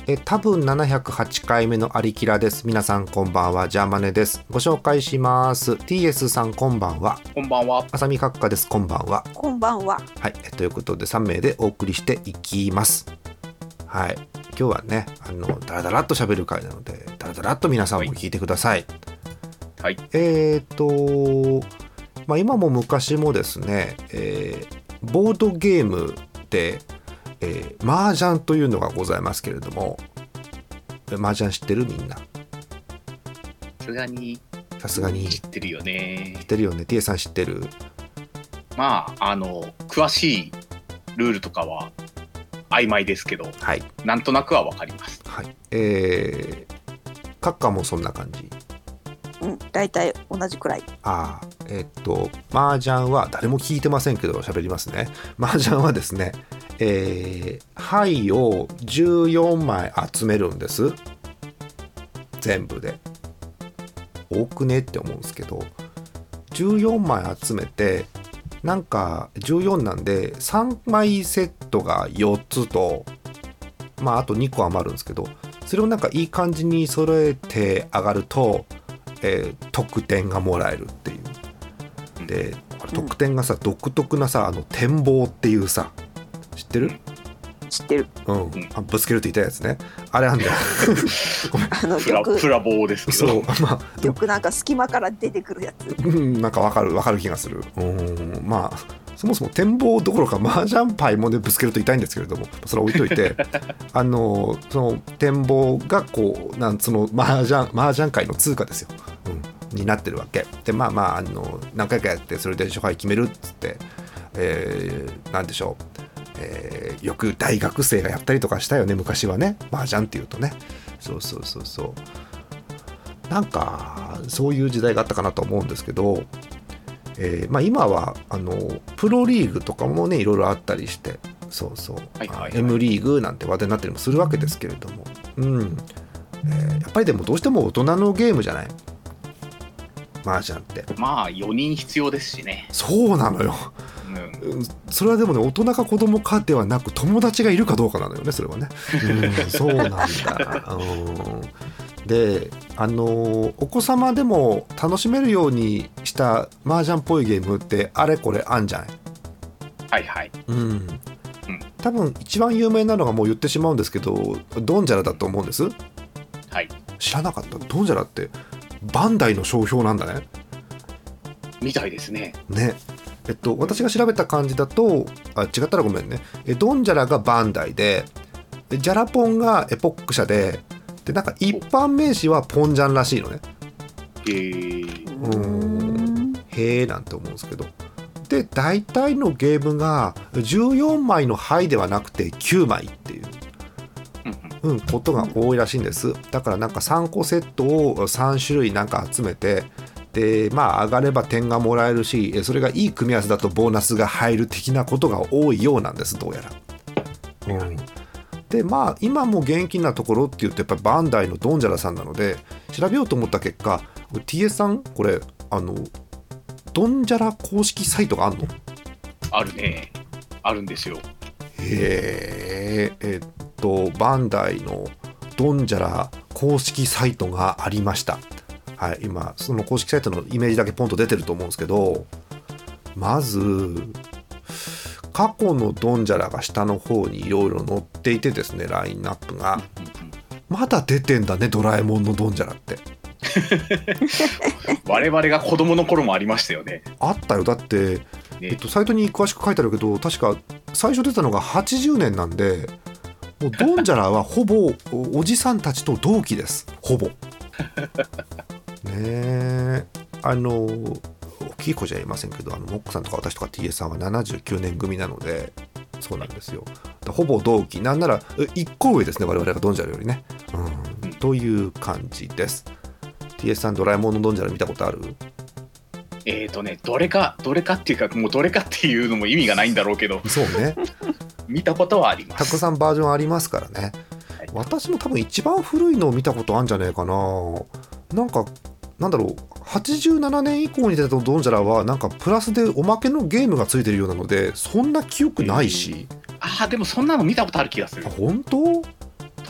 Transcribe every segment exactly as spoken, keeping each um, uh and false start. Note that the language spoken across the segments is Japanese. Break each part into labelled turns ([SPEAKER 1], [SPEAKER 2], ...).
[SPEAKER 1] え多分ななひゃくはちかいめのアリキラです。皆さんこんばんは、ジャーマネです。ご紹介します。 ティーエス さんこんばんは。
[SPEAKER 2] こんばんは。
[SPEAKER 1] あさみ閣下です。こんばんは。
[SPEAKER 3] こんばんは。
[SPEAKER 1] はい、ということでさんめいでお送りしていきます。はい、今日はね、あのダラダラっと喋る回なので、ダラダラっと皆さんも聞いてください。
[SPEAKER 2] はい。
[SPEAKER 1] えーと、まあ、今も昔もですね、えー、ボードゲームで、えー、麻雀というのがございますけれども、麻雀知ってるみんな？
[SPEAKER 2] さすがに
[SPEAKER 1] さすがに
[SPEAKER 2] 知ってるよね。
[SPEAKER 1] 知ってるよね。 ティーエス さん知ってる？
[SPEAKER 2] まああの詳しいルールとかは曖昧ですけど、
[SPEAKER 1] はい、
[SPEAKER 2] なんとなくはわかります。
[SPEAKER 1] はい。えー、カッカもそんな感じ？
[SPEAKER 3] うん、大体同じくらい。
[SPEAKER 1] ああ、えー、っと麻雀は誰も聞いてませんけど喋りますね。麻雀はですね、えー、牌をじゅうよんまい集めるんです。全部で多くねって思うんですけど、じゅうよんまい集めて、なんかじゅうよんなんでさんまいセットがよっつと、まああとにこ余るんですけど、それをなんかいい感じに揃えて上がると、えー、得点がもらえるっていう。で、これ得点がさ、独特なさ、あの展望っていうさ、知ってる？
[SPEAKER 3] 知ってる。
[SPEAKER 1] うん、あ、ぶつけると痛いやつね。あれあんだよ。ごめん。
[SPEAKER 3] あの
[SPEAKER 2] プラ
[SPEAKER 3] よく
[SPEAKER 2] プラボーですけど。
[SPEAKER 1] そう、まあ、
[SPEAKER 3] よくなんか隙間から出てくるやつ。
[SPEAKER 1] うん、なんかわかるわかる気がする。うん、まあそもそも展望どころか麻雀牌もねぶつけると痛いんですけれども、それは置いといて、あのその展望がこうなんその麻雀麻雀界の通貨ですよ。うん、になってるわけで、まあまああの何回かやってそれで勝敗決めるっつって、えー、なんでしょう。えー、よく大学生がやったりとかしたよね、昔はね、麻雀っていうとね。そうそうそうそう、なんかそういう時代があったかなと思うんですけど、えーまあ、今はあのプロリーグとかもねいろいろあったりして、そうそう、
[SPEAKER 2] はいはいはい、
[SPEAKER 1] M リーグなんて話題になったりもするわけですけれども、うん、えー、やっぱりでもどうしても大人のゲームじゃない、麻雀って。
[SPEAKER 2] まあよにん必要ですしね。
[SPEAKER 1] そうなのよ。うん、それはでもね、大人か子供かではなく友達がいるかどうかなのよね、それはね。うん、そうなんだ。うん、で、あのー、お子様でも楽しめるようにした麻雀っぽいゲームってあれこれあんじゃない？
[SPEAKER 2] はいはい。
[SPEAKER 1] うん。うん、
[SPEAKER 2] 多
[SPEAKER 1] 分一番有名なのがもう言ってしまうんですけど、ドンジャラだと思うんです。
[SPEAKER 2] はい。
[SPEAKER 1] 知らなかった。ドンジャラってバンダイの商標なんだね。
[SPEAKER 2] みたいですね。
[SPEAKER 1] ね。えっと、私が調べた感じだと、あ、違ったらごめんね。えドンジャラがバンダイで、ジャラポンがエポック社で、でなんか一般名詞はポンジャンらしいのね。
[SPEAKER 2] へー。
[SPEAKER 1] うーん、へーなんて思うんですけど、で大体のゲームがじゅうよんまいの牌ではなくてきゅうまいっていう、うん、ことが多いらしいんです。だからなんかさんこセットをさんしゅるいなんか集めて、でまあ上がれば点がもらえるし、それがいい組み合わせだとボーナスが入る的なことが多いようなんです、どうやら。うん、でまあ今も元気なところっていうとやっぱりバンダイのドンジャラさんなので、調べようと思った結果 ティーエス さんこれあのドンジャラ公式サイトがあるの？
[SPEAKER 2] あるね。あるんですよ。
[SPEAKER 1] へえ。えっとバンダイのドンジャラ公式サイトがありました。はい、今その公式サイトのイメージだけポンと出てると思うんですけど、まず過去のドンジャラが下の方にいろいろ載っていてですね、ラインナップがまだ出てんだね、ドラえもんのドンジャラって。
[SPEAKER 2] 我々が子供の頃もありましたよね。
[SPEAKER 1] あったよ。だって、
[SPEAKER 2] ね、
[SPEAKER 1] えっと、サイトに詳しく書いてあるけど、確か最初出たのがはちじゅうねんなんで、もうドンジャラはほぼおじさんたちと同期です、ほぼ。ねえ、あの大きい子じゃいませんけど、あのモックさんとか私とか ティーエス さんはななじゅうきゅうねん組なので、そうなんですよ。ほぼ同期、なんならいっこ上ですね、我々がドンジャラよりね、うん、という感じです。 ティーエス さんドラえもんのドンジャラ見たことある？
[SPEAKER 2] えーとね、どれかどれかっていうか、もうどれかっていうのも意味がないんだろうけど、
[SPEAKER 1] そうね
[SPEAKER 2] 見たことはあります。
[SPEAKER 1] たくさんバージョンありますからね、はい、私も多分一番古いのを見たことあるんじゃないかな。なんかなんだろう、はちじゅうななねん以降に出たドンジャラはなんかプラスでおまけのゲームがついてるようなので、そんな記憶ないし、
[SPEAKER 2] ああ、でもそんなの見たことある気がする。
[SPEAKER 1] あ、本当？
[SPEAKER 2] ド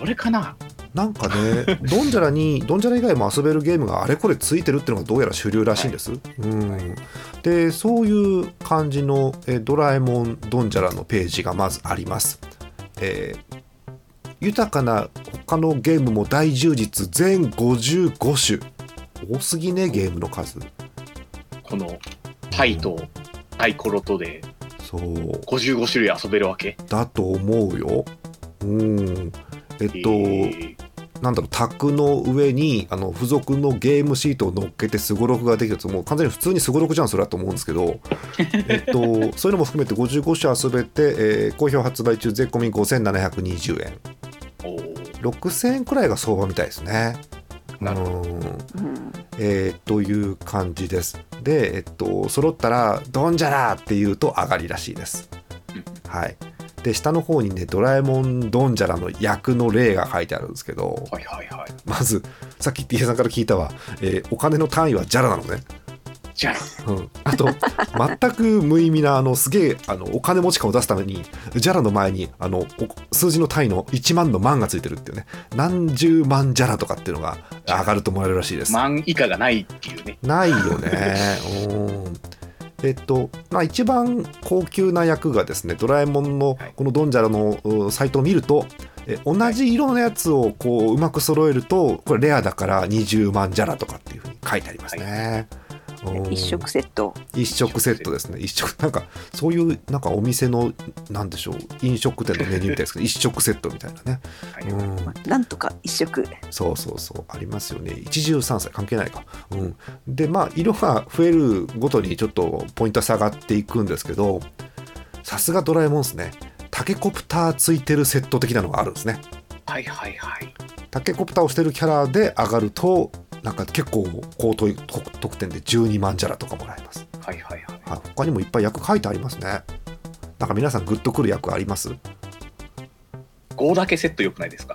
[SPEAKER 2] それかな。
[SPEAKER 1] なんかねドンジャラにドンジャラ以外も遊べるゲームがあれこれついてるっていうのがどうやら主流らしいんです、はい、うんでそういう感じのえドラえもんドンジャラのページがまずあります、えー、豊かな他のゲームも大充実全ごじゅうご種。多すぎねゲームの数。
[SPEAKER 2] このパイとサイコロとで
[SPEAKER 1] そう
[SPEAKER 2] ごじゅうご種類遊べるわけ
[SPEAKER 1] だと思うよ。うんえっと、えー、なんだろう卓の上にあの付属のゲームシートを乗っけてすごろくができるともう完全に普通にすごろくじゃんそれだと思うんですけどえっとそういうのも含めてごじゅうご種遊べて、えー、好評発売中税込みごせんななひゃくにじゅうえん。ろくせんえんくらいが相場みたいですね。
[SPEAKER 2] なるほど、
[SPEAKER 1] うんえー、という感じです。で、えっと、揃ったらドンジャラって言うと上がりらしいです、はい、で下の方にねドラえもんドンジャラの役の例が書いてあるんですけど、
[SPEAKER 2] はいはいはい、
[SPEAKER 1] まずさっき T さんから聞いたわ、えー、お金の単位はジャラなのね。
[SPEAKER 2] ジャラ、
[SPEAKER 1] うん、あと全く無意味なあのすげえあのお金持ち感を出すためにジャラの前にあの数字の単位のいちまんの万がついてるっていうね、何十万ジャラとかっていうのが上がるともらえるらしいです。
[SPEAKER 2] 万以下がないっていうね。
[SPEAKER 1] ないよねうんえっとまあ、一番高級な役がですねドラえもんのこのドンジャラのサイトを見ると、え同じ色のやつをこううまく揃えるとこれレアだからにじゅうまんジャラとかっていうふうに書いてありますね、はい、
[SPEAKER 3] 一色セット
[SPEAKER 1] 一色セットですね。一色なんかそういうなんかお店のなんでしょう飲食店のメニューみたいですけど一色セットみたいなね、
[SPEAKER 3] はいうん、なんとか一色
[SPEAKER 1] そうそうそうありますよね。一汁三菜関係ないか、うん、でまあ色が増えるごとにちょっとポイントは下がっていくんですけどさすがドラえもんですね。タケコプターついてるセット的なのがあるんですね。
[SPEAKER 2] はいはいはい。
[SPEAKER 1] タケコプターをしてるキャラで上がるとなんか結構高得点でじゅうにまんジャラとかもらえます。
[SPEAKER 2] はいはいはい。
[SPEAKER 1] はい、他にもいっぱい役書いてありますね。なんか皆さんグッとくる役あります？
[SPEAKER 2] ごだけセット良くないですか？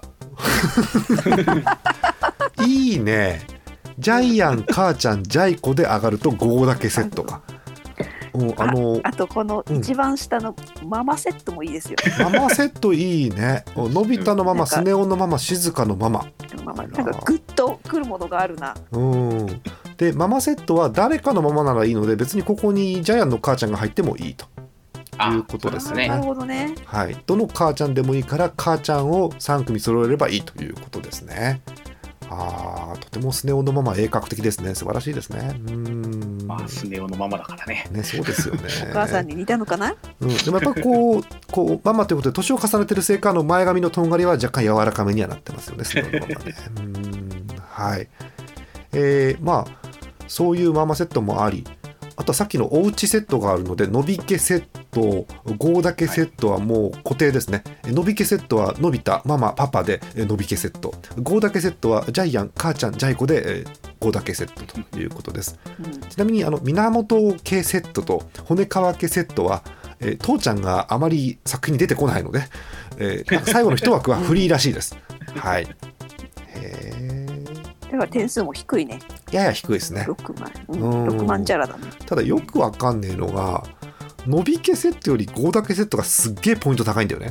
[SPEAKER 1] いいね。ジャイアン、母ちゃん、ジャイコで上がるとごだけセットか。うん、あの
[SPEAKER 3] あ, あとこの一番下のママセットもいいですよ、
[SPEAKER 1] うん、ママセットいいね。のび太のママ、スネ夫のママ、静香のママ、
[SPEAKER 3] ママなんかグッとくるものがあるな。
[SPEAKER 1] うんでママセットは誰かのママならいいので別にここにジャイアンの母ちゃんが入ってもいいということですね。
[SPEAKER 3] なるほどね、
[SPEAKER 1] はい、どの母ちゃんでもいいから母ちゃんをさん組揃えればいいということですね。あとてもスネ夫のママ鋭角的ですね。素晴らしいですね。うーん
[SPEAKER 2] まあスネ夫のママだからね。
[SPEAKER 1] ねそうですよね。
[SPEAKER 3] お母さんに似たのかな、
[SPEAKER 1] うん、でもやっぱこうこうママということで年を重ねてるせいかの前髪のとんがりは若干柔らかめにはなってますよねスネ夫のママね。うーんはいえー、まあそういうママセットもありあとはさっきのおうちセットがあるのでのびけセットごだけセットはもう固定ですね、はい、のびけセットはのび太ママパパでのびけセットごだけセットはジャイアン母ちゃんジャイコでごだけセットということです、うん、ちなみにあの源系セットと骨川系セットは、えー、父ちゃんがあまり作品に出てこないので、えー、最後の一枠はフリーらしいですはいへ
[SPEAKER 3] だから点数も低いね。
[SPEAKER 1] やや低いですね。
[SPEAKER 3] ろくまん、うん、ろくまんジャラだね。
[SPEAKER 1] ただよくわかんねえのがのびけセットよりごだけセットがすっげえポイント高いんだよね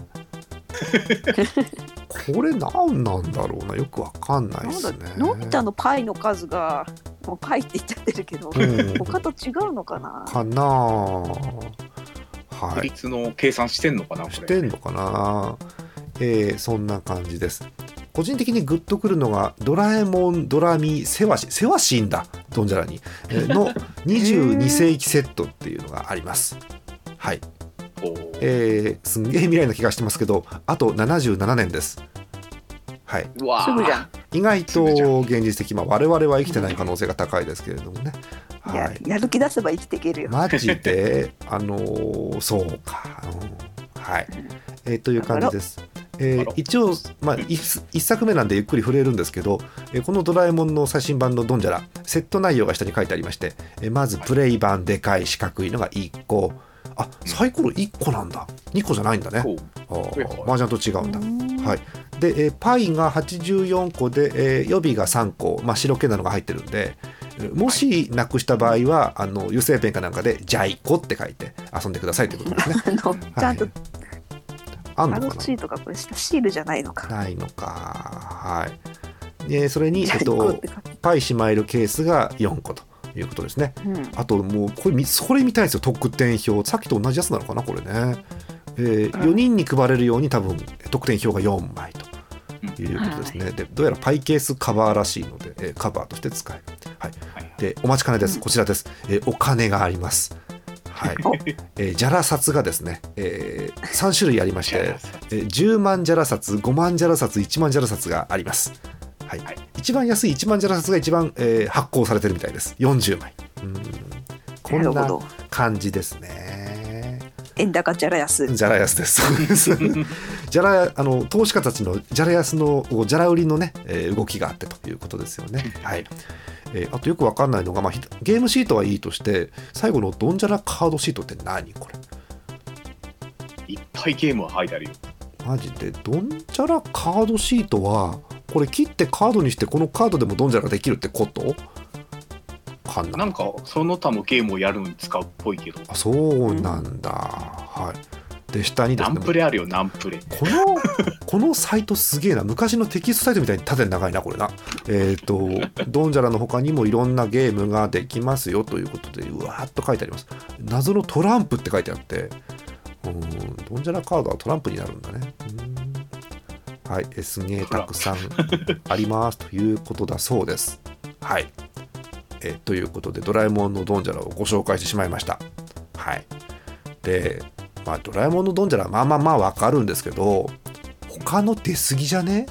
[SPEAKER 1] これ何なんだろうなよくわかんないですね。
[SPEAKER 3] のび太のパイの数がもうパイって言っちゃってるけど、うん、他と違うのかな
[SPEAKER 1] かなはい。
[SPEAKER 2] 比率の計算してんのかなこれ
[SPEAKER 1] してんのかな、えー、そんな感じです。個人的にグッとくるのがドラえもんドラミセワシセワシンだドンジャラにのにじゅうに世紀セットっていうのがありますはい、えー、すんげえ未来な気がしてますけどあとななじゅうななねんですはい、
[SPEAKER 3] うわすぐじゃん。
[SPEAKER 1] 意外と現実的、まあ、我々は生きてない可能性が高いですけれどもね、
[SPEAKER 3] はい、や, やる気出せば生きていけるよ
[SPEAKER 1] マジであのー、そうか、うん、はい、えー、という感じです。えー、一応、まあ、一, 一作目なんでゆっくり触れるんですけど、えー、このドラえもんの最新版のドンジャラセット内容が下に書いてありまして、えー、まずプレイ版でかい四角いのがいっこあサイコロいっこなんだにこじゃないんだねあ麻雀と違うんだはいで、えー、パイがはちじゅうよんこで、えー、予備がさんこ、まあ、白系なのが入ってるんでもしなくした場合はあの油性ペンかなんかでジャイコって書いて遊んでくださいということですね
[SPEAKER 3] あのちゃんと、はい
[SPEAKER 1] あんのかな。
[SPEAKER 3] パロシートがこれ下シールじゃないのか。
[SPEAKER 1] ないのか。はい。でそれに、えっと、
[SPEAKER 3] こうって書く
[SPEAKER 1] パイしまえるケースがよんこということですね。
[SPEAKER 3] うん
[SPEAKER 1] あともうこれみそれみたいですよ、得点表。さっきと同じやつなのかなこれね。えー、よにんに配れるように多分得点表がよんまいということですね。でどうやらパイケースカバーらしいので、えーカバーとして使える。はい。
[SPEAKER 2] はい
[SPEAKER 1] でお待ちかねです、
[SPEAKER 3] うん
[SPEAKER 1] こちらです、えーお金があります。はい
[SPEAKER 3] お
[SPEAKER 1] えー、ジャラ札がですね、えー、さん種類ありまして
[SPEAKER 2] ジャラ札、
[SPEAKER 1] えー、じゅうまんジャラ札、ごまんジャラ札、いちまんジャラ札があります。はい
[SPEAKER 2] はい
[SPEAKER 1] 一番安いいちまんジャラ札が一番、えー発行されてるみたいです。よんじゅうまい。うんこんな
[SPEAKER 3] なるほど。
[SPEAKER 1] 感じですね。
[SPEAKER 3] 円高じゃら安。
[SPEAKER 1] ジャラ安です。そうですジャラあの投資家たちのジャラ安のジャラ売りのね、えー動きがあってということですよね。はい。えーあとよくわかんないのが、まあ、ひゲームシートはいいとして最後のドンジャラカードシートって何これ。
[SPEAKER 2] いっぱいゲームは入ってあるよ。
[SPEAKER 1] マジでドンジャラカードシートはこれ切ってカードにしてこのカードでもドンジャラができるってことかな。
[SPEAKER 2] なんかその他のゲームをやるのに使うっぽいけど、
[SPEAKER 1] あそうなんだ、はいで下にですね
[SPEAKER 2] ナンプレあるよ、ナンプレ。
[SPEAKER 1] このこのサイトすげえな。昔のテキストサイトみたいに縦に長いなこれな。えっ、とドンジャラの他にもいろんなゲームができますよということでうわーっと書いてあります。謎のトランプって書いてあって、うんドンジャラカードはトランプになるんだね。うんはいえすげえたくさんありますということだそうです。はいえということでドラえもんのドンジャラをご紹介してしまいました。はいでまあ、ドラえもんのドンジャラはまあまあまあわかるんですけど他の出過ぎじゃね、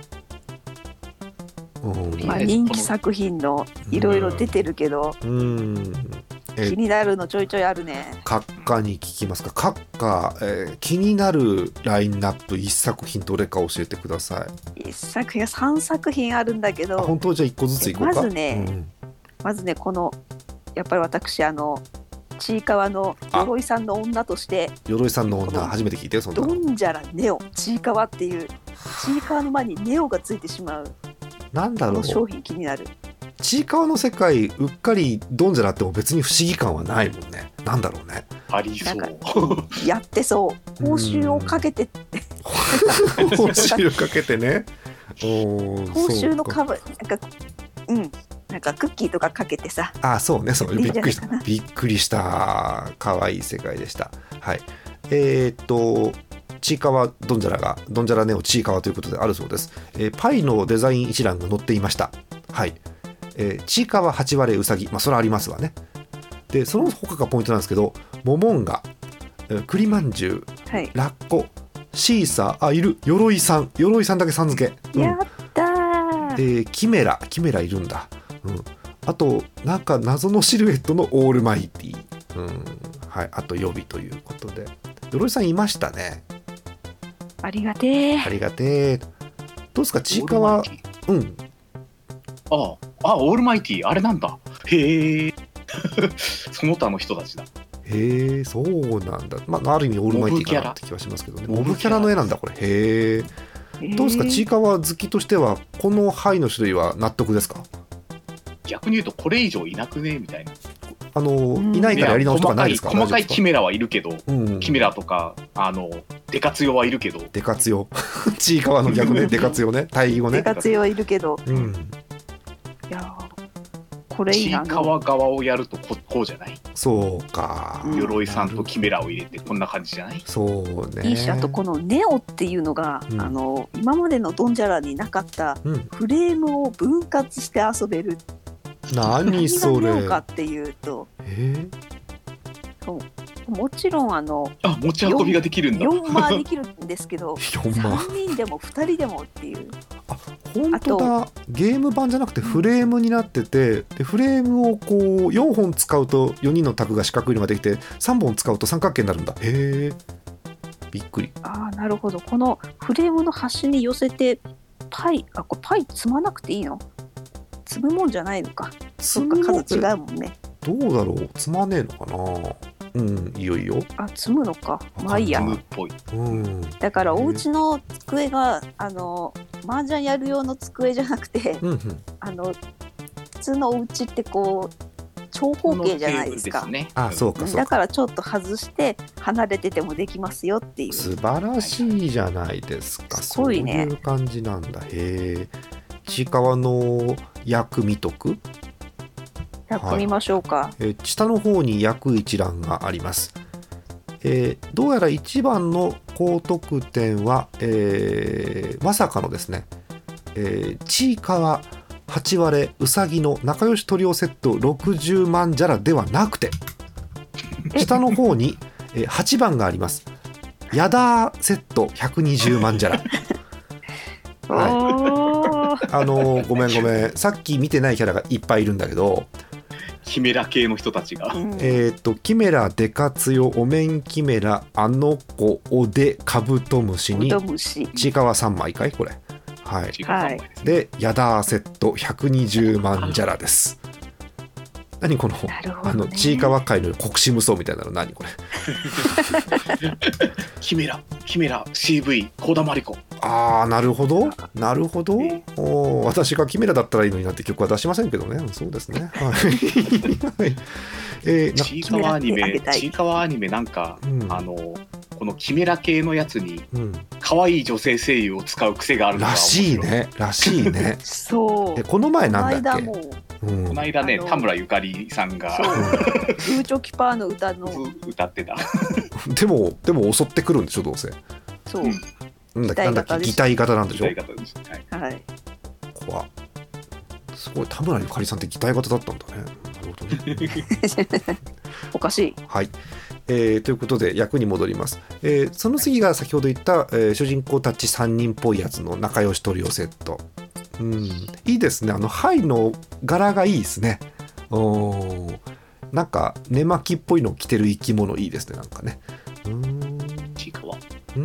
[SPEAKER 1] うん
[SPEAKER 3] まあ、人気作品のいろいろ出てるけど、
[SPEAKER 1] うんえ
[SPEAKER 3] 気になるのちょいちょいあるね。
[SPEAKER 1] 閣下に聞きますか。閣下、えー気になるラインナップいっさく品どれか教えてください。
[SPEAKER 3] 一作品がさんさく品あるんだけ
[SPEAKER 1] あ
[SPEAKER 3] ど、
[SPEAKER 1] 本当じゃあいっこずついこうか。
[SPEAKER 3] まずねまずねこのやっぱり私あのちいかわの鎧さんの女として
[SPEAKER 1] うん、鎧さんの女初めて聞いてよそんな
[SPEAKER 3] ド
[SPEAKER 1] の。
[SPEAKER 3] ンジャラネオちいかわっていうちいかわの前にネオがついてしまう
[SPEAKER 1] なんだろう
[SPEAKER 3] この商品気になる。
[SPEAKER 1] ちいかわの世界うっかりドンジャラっても別に不思議感はないもんね。なんだろうね。
[SPEAKER 2] ありそう。
[SPEAKER 3] なんかやってそう報酬をかけて
[SPEAKER 1] 報酬かけてね。おー
[SPEAKER 3] 報酬の
[SPEAKER 1] そうか
[SPEAKER 3] 株なんかうんなんかクッキーとかかけてさ
[SPEAKER 1] あそうねそう
[SPEAKER 3] いい
[SPEAKER 1] びっくりした
[SPEAKER 3] んじゃないかな
[SPEAKER 1] びっくりした可愛い世界でした。はいえー、っとちいかわドンジャラがドンジャラネオちいかわということであるそうです。えーパイのデザイン一覧が載っていました。はいえーちいかわはち割れうさぎまあそれありますわね。でその他がポイントなんですけどモモンガえー栗まんじゅう
[SPEAKER 3] はい
[SPEAKER 1] ラッコシーサーあいる鎧さん鎧さんだけさん付け、うん
[SPEAKER 3] やったー。
[SPEAKER 1] えーキメラキメラいるんだ、うん、あとなんか謎のシルエットのオールマイティ、うんはい、あと予備ということで鎧さんいましたね。
[SPEAKER 3] ありがてえ。
[SPEAKER 1] ありがてえ。どうですかちいかわ。うん
[SPEAKER 2] ああ、あ、オールマイティー、あれなんだ。へえ。その他の人たちだ。
[SPEAKER 1] へえそうなんだ。まあある意味オールマイティかなって気はしますけどね。モ
[SPEAKER 2] モブキャラ
[SPEAKER 1] ブキャラの絵なんだこれ。へえ。どうですかちいかわ好きとしてはこの牌の種類は納得ですか。
[SPEAKER 2] 逆に言うと、これ以上いなくねみたいな。
[SPEAKER 1] あの
[SPEAKER 3] うん
[SPEAKER 1] いないからやり直しとかないですか。
[SPEAKER 2] 細かい
[SPEAKER 1] 大丈夫ですか
[SPEAKER 2] キメラはいるけど、
[SPEAKER 1] うん
[SPEAKER 2] キメラとか、あの、デカツヨはいるけど、
[SPEAKER 1] デカツヨちいかわの逆ねデカツヨね対義語ね。
[SPEAKER 3] デカ強はいるけど、
[SPEAKER 1] うん
[SPEAKER 3] いやーこれいい
[SPEAKER 2] ちい
[SPEAKER 3] な。
[SPEAKER 2] かわ側をやるとここうじゃない、
[SPEAKER 1] そうか、
[SPEAKER 3] うん
[SPEAKER 2] 鎧さんとキメラを入れてこんな感じじゃない、
[SPEAKER 1] そうね
[SPEAKER 3] いいし、あとこのネオっていうのが、
[SPEAKER 1] うん
[SPEAKER 3] あの今までのドンジャラになかった
[SPEAKER 1] うん
[SPEAKER 3] フレームを分割して遊べる。
[SPEAKER 1] 何それ
[SPEAKER 3] 何がネオかっていうと、
[SPEAKER 1] え
[SPEAKER 3] もちろんあの
[SPEAKER 2] あ、持ち運びができるんだ。
[SPEAKER 3] よんマーできるんですけど
[SPEAKER 1] ー、よんまん
[SPEAKER 3] さんにんでもふたりでもっていう。
[SPEAKER 1] 本当だゲーム版じゃなくてフレームになっててでフレームをこうよんほん使うとよにんのタグが四角いのができてさんぼん使うと三角形になるんだ。へえびっくり。
[SPEAKER 3] ああなるほど。このフレームの端に寄せてパイあこれパイ積まなくていいの？積むもんじゃないのか。そっか数違うもんね。
[SPEAKER 1] どうだろう積まねえのかな。うんいいよいいよ。
[SPEAKER 3] あ積むのか。まあいいや
[SPEAKER 2] ム。っぽい。
[SPEAKER 1] うん
[SPEAKER 3] だからお家の机があの麻雀やる用の机じゃなくて
[SPEAKER 1] うんうん
[SPEAKER 3] あの普通のお家ってこう長方形じゃないですか。
[SPEAKER 2] このテーブルですね。
[SPEAKER 1] あ、そうかそうか。
[SPEAKER 3] だからちょっと外して離れててもできますよっていう。
[SPEAKER 1] 素晴らしいじゃないですか。
[SPEAKER 3] すごいね。
[SPEAKER 1] そういう感じなんだ。へえ。ちいかわの役見とく？
[SPEAKER 3] やってみましょうか。
[SPEAKER 1] はい、えー、下の方に役一覧があります。えー、どうやら一番の高得点は、えー、まさかのですね、えー、ちいかわはち割れうさぎの仲良しトリオセットろくじゅうまんじゃらではなくて、下の方に、えー、はちばんがあります。やだーセットひゃくにじゅうまんじゃら。はい、あのー、ごめんごめん、さっき見てないキャラがいっぱいいるんだけど、
[SPEAKER 2] キメラ系の人たちが、うん、
[SPEAKER 1] えっとキメラデカツヨお面キメラあの子おでカブトムシにちいかわさんまいかいこれ、はい、
[SPEAKER 3] はい、
[SPEAKER 1] でヤダーセットひゃくにじゅうまんじゃらです。何この、ね、あのちいかわ界の国士無双みたいなの何これ。
[SPEAKER 2] キメラキメラ シーブイ コーダマリコ。
[SPEAKER 1] あーなるほどなるほど、えー、お私がキメラだったらいいのになって曲は出しませんけどね。そうですね。はい、はい、
[SPEAKER 2] えー、ちいかわアニメちいかわアニメなんか、うん、あのこのキメラ系のやつに可愛い女性声優を使う癖があるのが
[SPEAKER 1] らしいねらしいね。
[SPEAKER 3] そう
[SPEAKER 1] えこの前なんだっけ、
[SPEAKER 2] うん、この間ね田村ゆかりさんが
[SPEAKER 3] グーチョキパーの歌の
[SPEAKER 2] 歌ってた。
[SPEAKER 1] でもでも襲ってくるんでしょどうせ。
[SPEAKER 3] そう、
[SPEAKER 1] うんなんだっけ、なんだっけ、擬態型なんでしょ。
[SPEAKER 2] 擬態型です。
[SPEAKER 3] はい。
[SPEAKER 1] 怖っ。すごい、田村ゆかりさんって擬態型だったんだね。なるほどね。
[SPEAKER 3] おかしい。
[SPEAKER 1] はい、えー。ということで役に戻ります。えー、その次が先ほど言った、えー、主人公たちさんにんっぽいやつの仲良しトリオセット。うん、いいですね。あのハイの柄がいいですね。おなんか寝巻きっぽいのを着てる生き物いいですね。なんかね。うーん。
[SPEAKER 2] ちいかわ。
[SPEAKER 1] うん。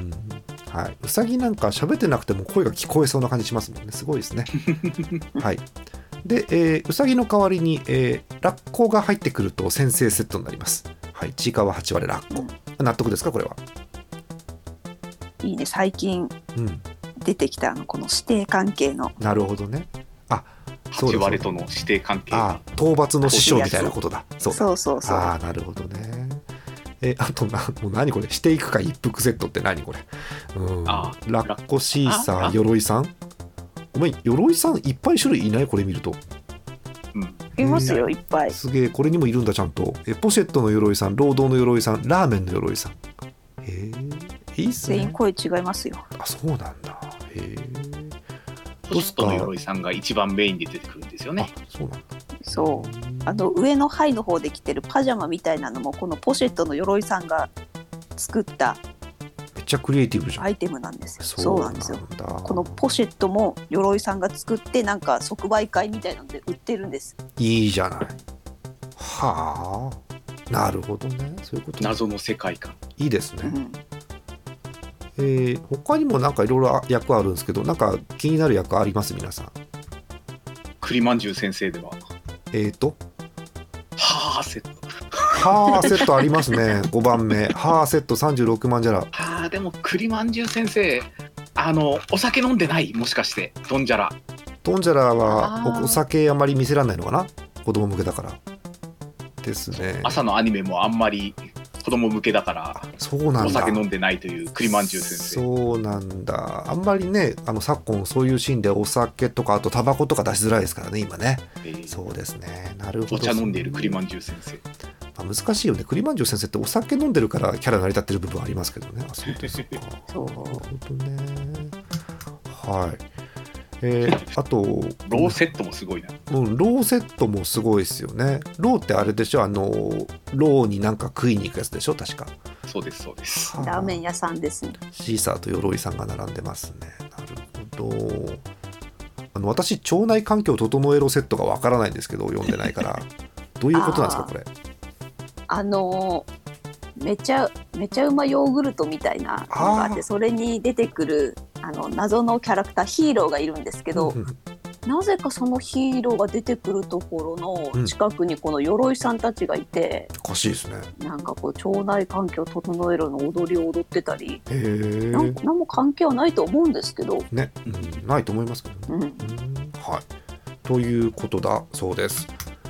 [SPEAKER 1] はい、うさぎなんか喋ってなくても声が聞こえそうな感じしますもんね。すごいですね。はい。で、えー、うさぎの代わりに、えー、ラッコが入ってくると先制セットになります。はい。ちいかわはち割れラッコ、うん。納得ですかこれは。
[SPEAKER 3] いいね。最近出てきたあのこの師弟関係の。
[SPEAKER 1] なるほどね。あ、
[SPEAKER 2] はち割れとの師弟関係。
[SPEAKER 1] あ、討伐の師匠みたいなことだ。
[SPEAKER 3] そうそうそうそう。
[SPEAKER 1] あ、なるほどね。えあとなもう何これしていくか一服セットって何これ、うん、ラッコシーサー鎧さん。ごめん鎧さんいっぱい種類いないこれ見ると、
[SPEAKER 3] うん、いますよいっぱい。
[SPEAKER 1] すげえこれにもいるんだちゃんと。えポシェットの鎧さん労働の鎧さんラーメンの鎧さん。へえいいっすね。
[SPEAKER 3] 全員声違いますよ。
[SPEAKER 1] あそうなんだ。へえ
[SPEAKER 2] ポシェットの鎧さんが一番メインで出てくるんですよね。
[SPEAKER 1] あそうなんだ。
[SPEAKER 3] そうあの上のハイの方で着てるパジャマみたいなのもこのポシェットの鎧さんが作った
[SPEAKER 1] めっちゃクリエイティブじゃん。
[SPEAKER 3] アイテムなんですよ。そうなんですよ。このポシェットも鎧さんが作ってなんか即売会みたいなので売ってるんです。
[SPEAKER 1] いいじゃない。はあなるほどね。そういうこと。
[SPEAKER 2] 謎の世界観
[SPEAKER 1] いいですね。
[SPEAKER 3] うん
[SPEAKER 1] えー、他にもなんかいろいろ役あるんですけどなんか気になる役あります皆さん。
[SPEAKER 2] 栗まんじゅう先生では
[SPEAKER 1] えーと
[SPEAKER 2] はあセット
[SPEAKER 1] はあセットありますね。ごばんめはあセットさんじゅうろくまんじゃら。
[SPEAKER 2] はあでも栗まんじゅう先生あのお酒飲んでないもしかしてドンジャラ
[SPEAKER 1] ドンジャラはお酒あまり見せられないのかな子供向けだからですね。
[SPEAKER 2] 朝のアニメもあんまり子供向けだから
[SPEAKER 1] そうなんだ
[SPEAKER 2] お酒飲んでないという栗まんじゅう先生。
[SPEAKER 1] そうなんだ。あんまりねあの昨今そういうシーンでお酒とかあとタバコとか出しづらいですからね今ね、えー、そうですね。なるほど。
[SPEAKER 2] お茶飲んでいる栗まんじゅう先生。
[SPEAKER 1] あ難しいよね。栗まんじゅう先生ってお酒飲んでるからキャラ成り立ってる部分ありますけどね。あそうですか。
[SPEAKER 3] そう
[SPEAKER 1] なるほどね。はいえー、あと
[SPEAKER 2] ローセットもすごいな、
[SPEAKER 1] うん、ローセットもすごいですよね。ローってあれでしょあのローになんか食いに行くやつでしょ確か。
[SPEAKER 2] そうですそうです。
[SPEAKER 3] ラーメン屋さんですね。
[SPEAKER 1] シーサーと鎧さんが並んでますね。なるほど。あの私腸内環境を整えろセットがわからないんですけど読んでないからどういうことなんですかこれ。
[SPEAKER 3] あのめちゃめちゃうまヨーグルトみたいなのがあってそれに出てくるあの謎のキャラクターヒーローがいるんですけど、うんうん、なぜかそのヒーローが出てくるところの近くにこの鎧さんたちがいて、
[SPEAKER 1] うん、おかしいですね。なん
[SPEAKER 3] かこう腸内環境を整えるの踊りを踊ってたり
[SPEAKER 1] へー
[SPEAKER 3] なん何も関係はないと思うんですけど
[SPEAKER 1] ね、うん、ないと思いますけどね、
[SPEAKER 3] うんうん、
[SPEAKER 1] はいということだそうです。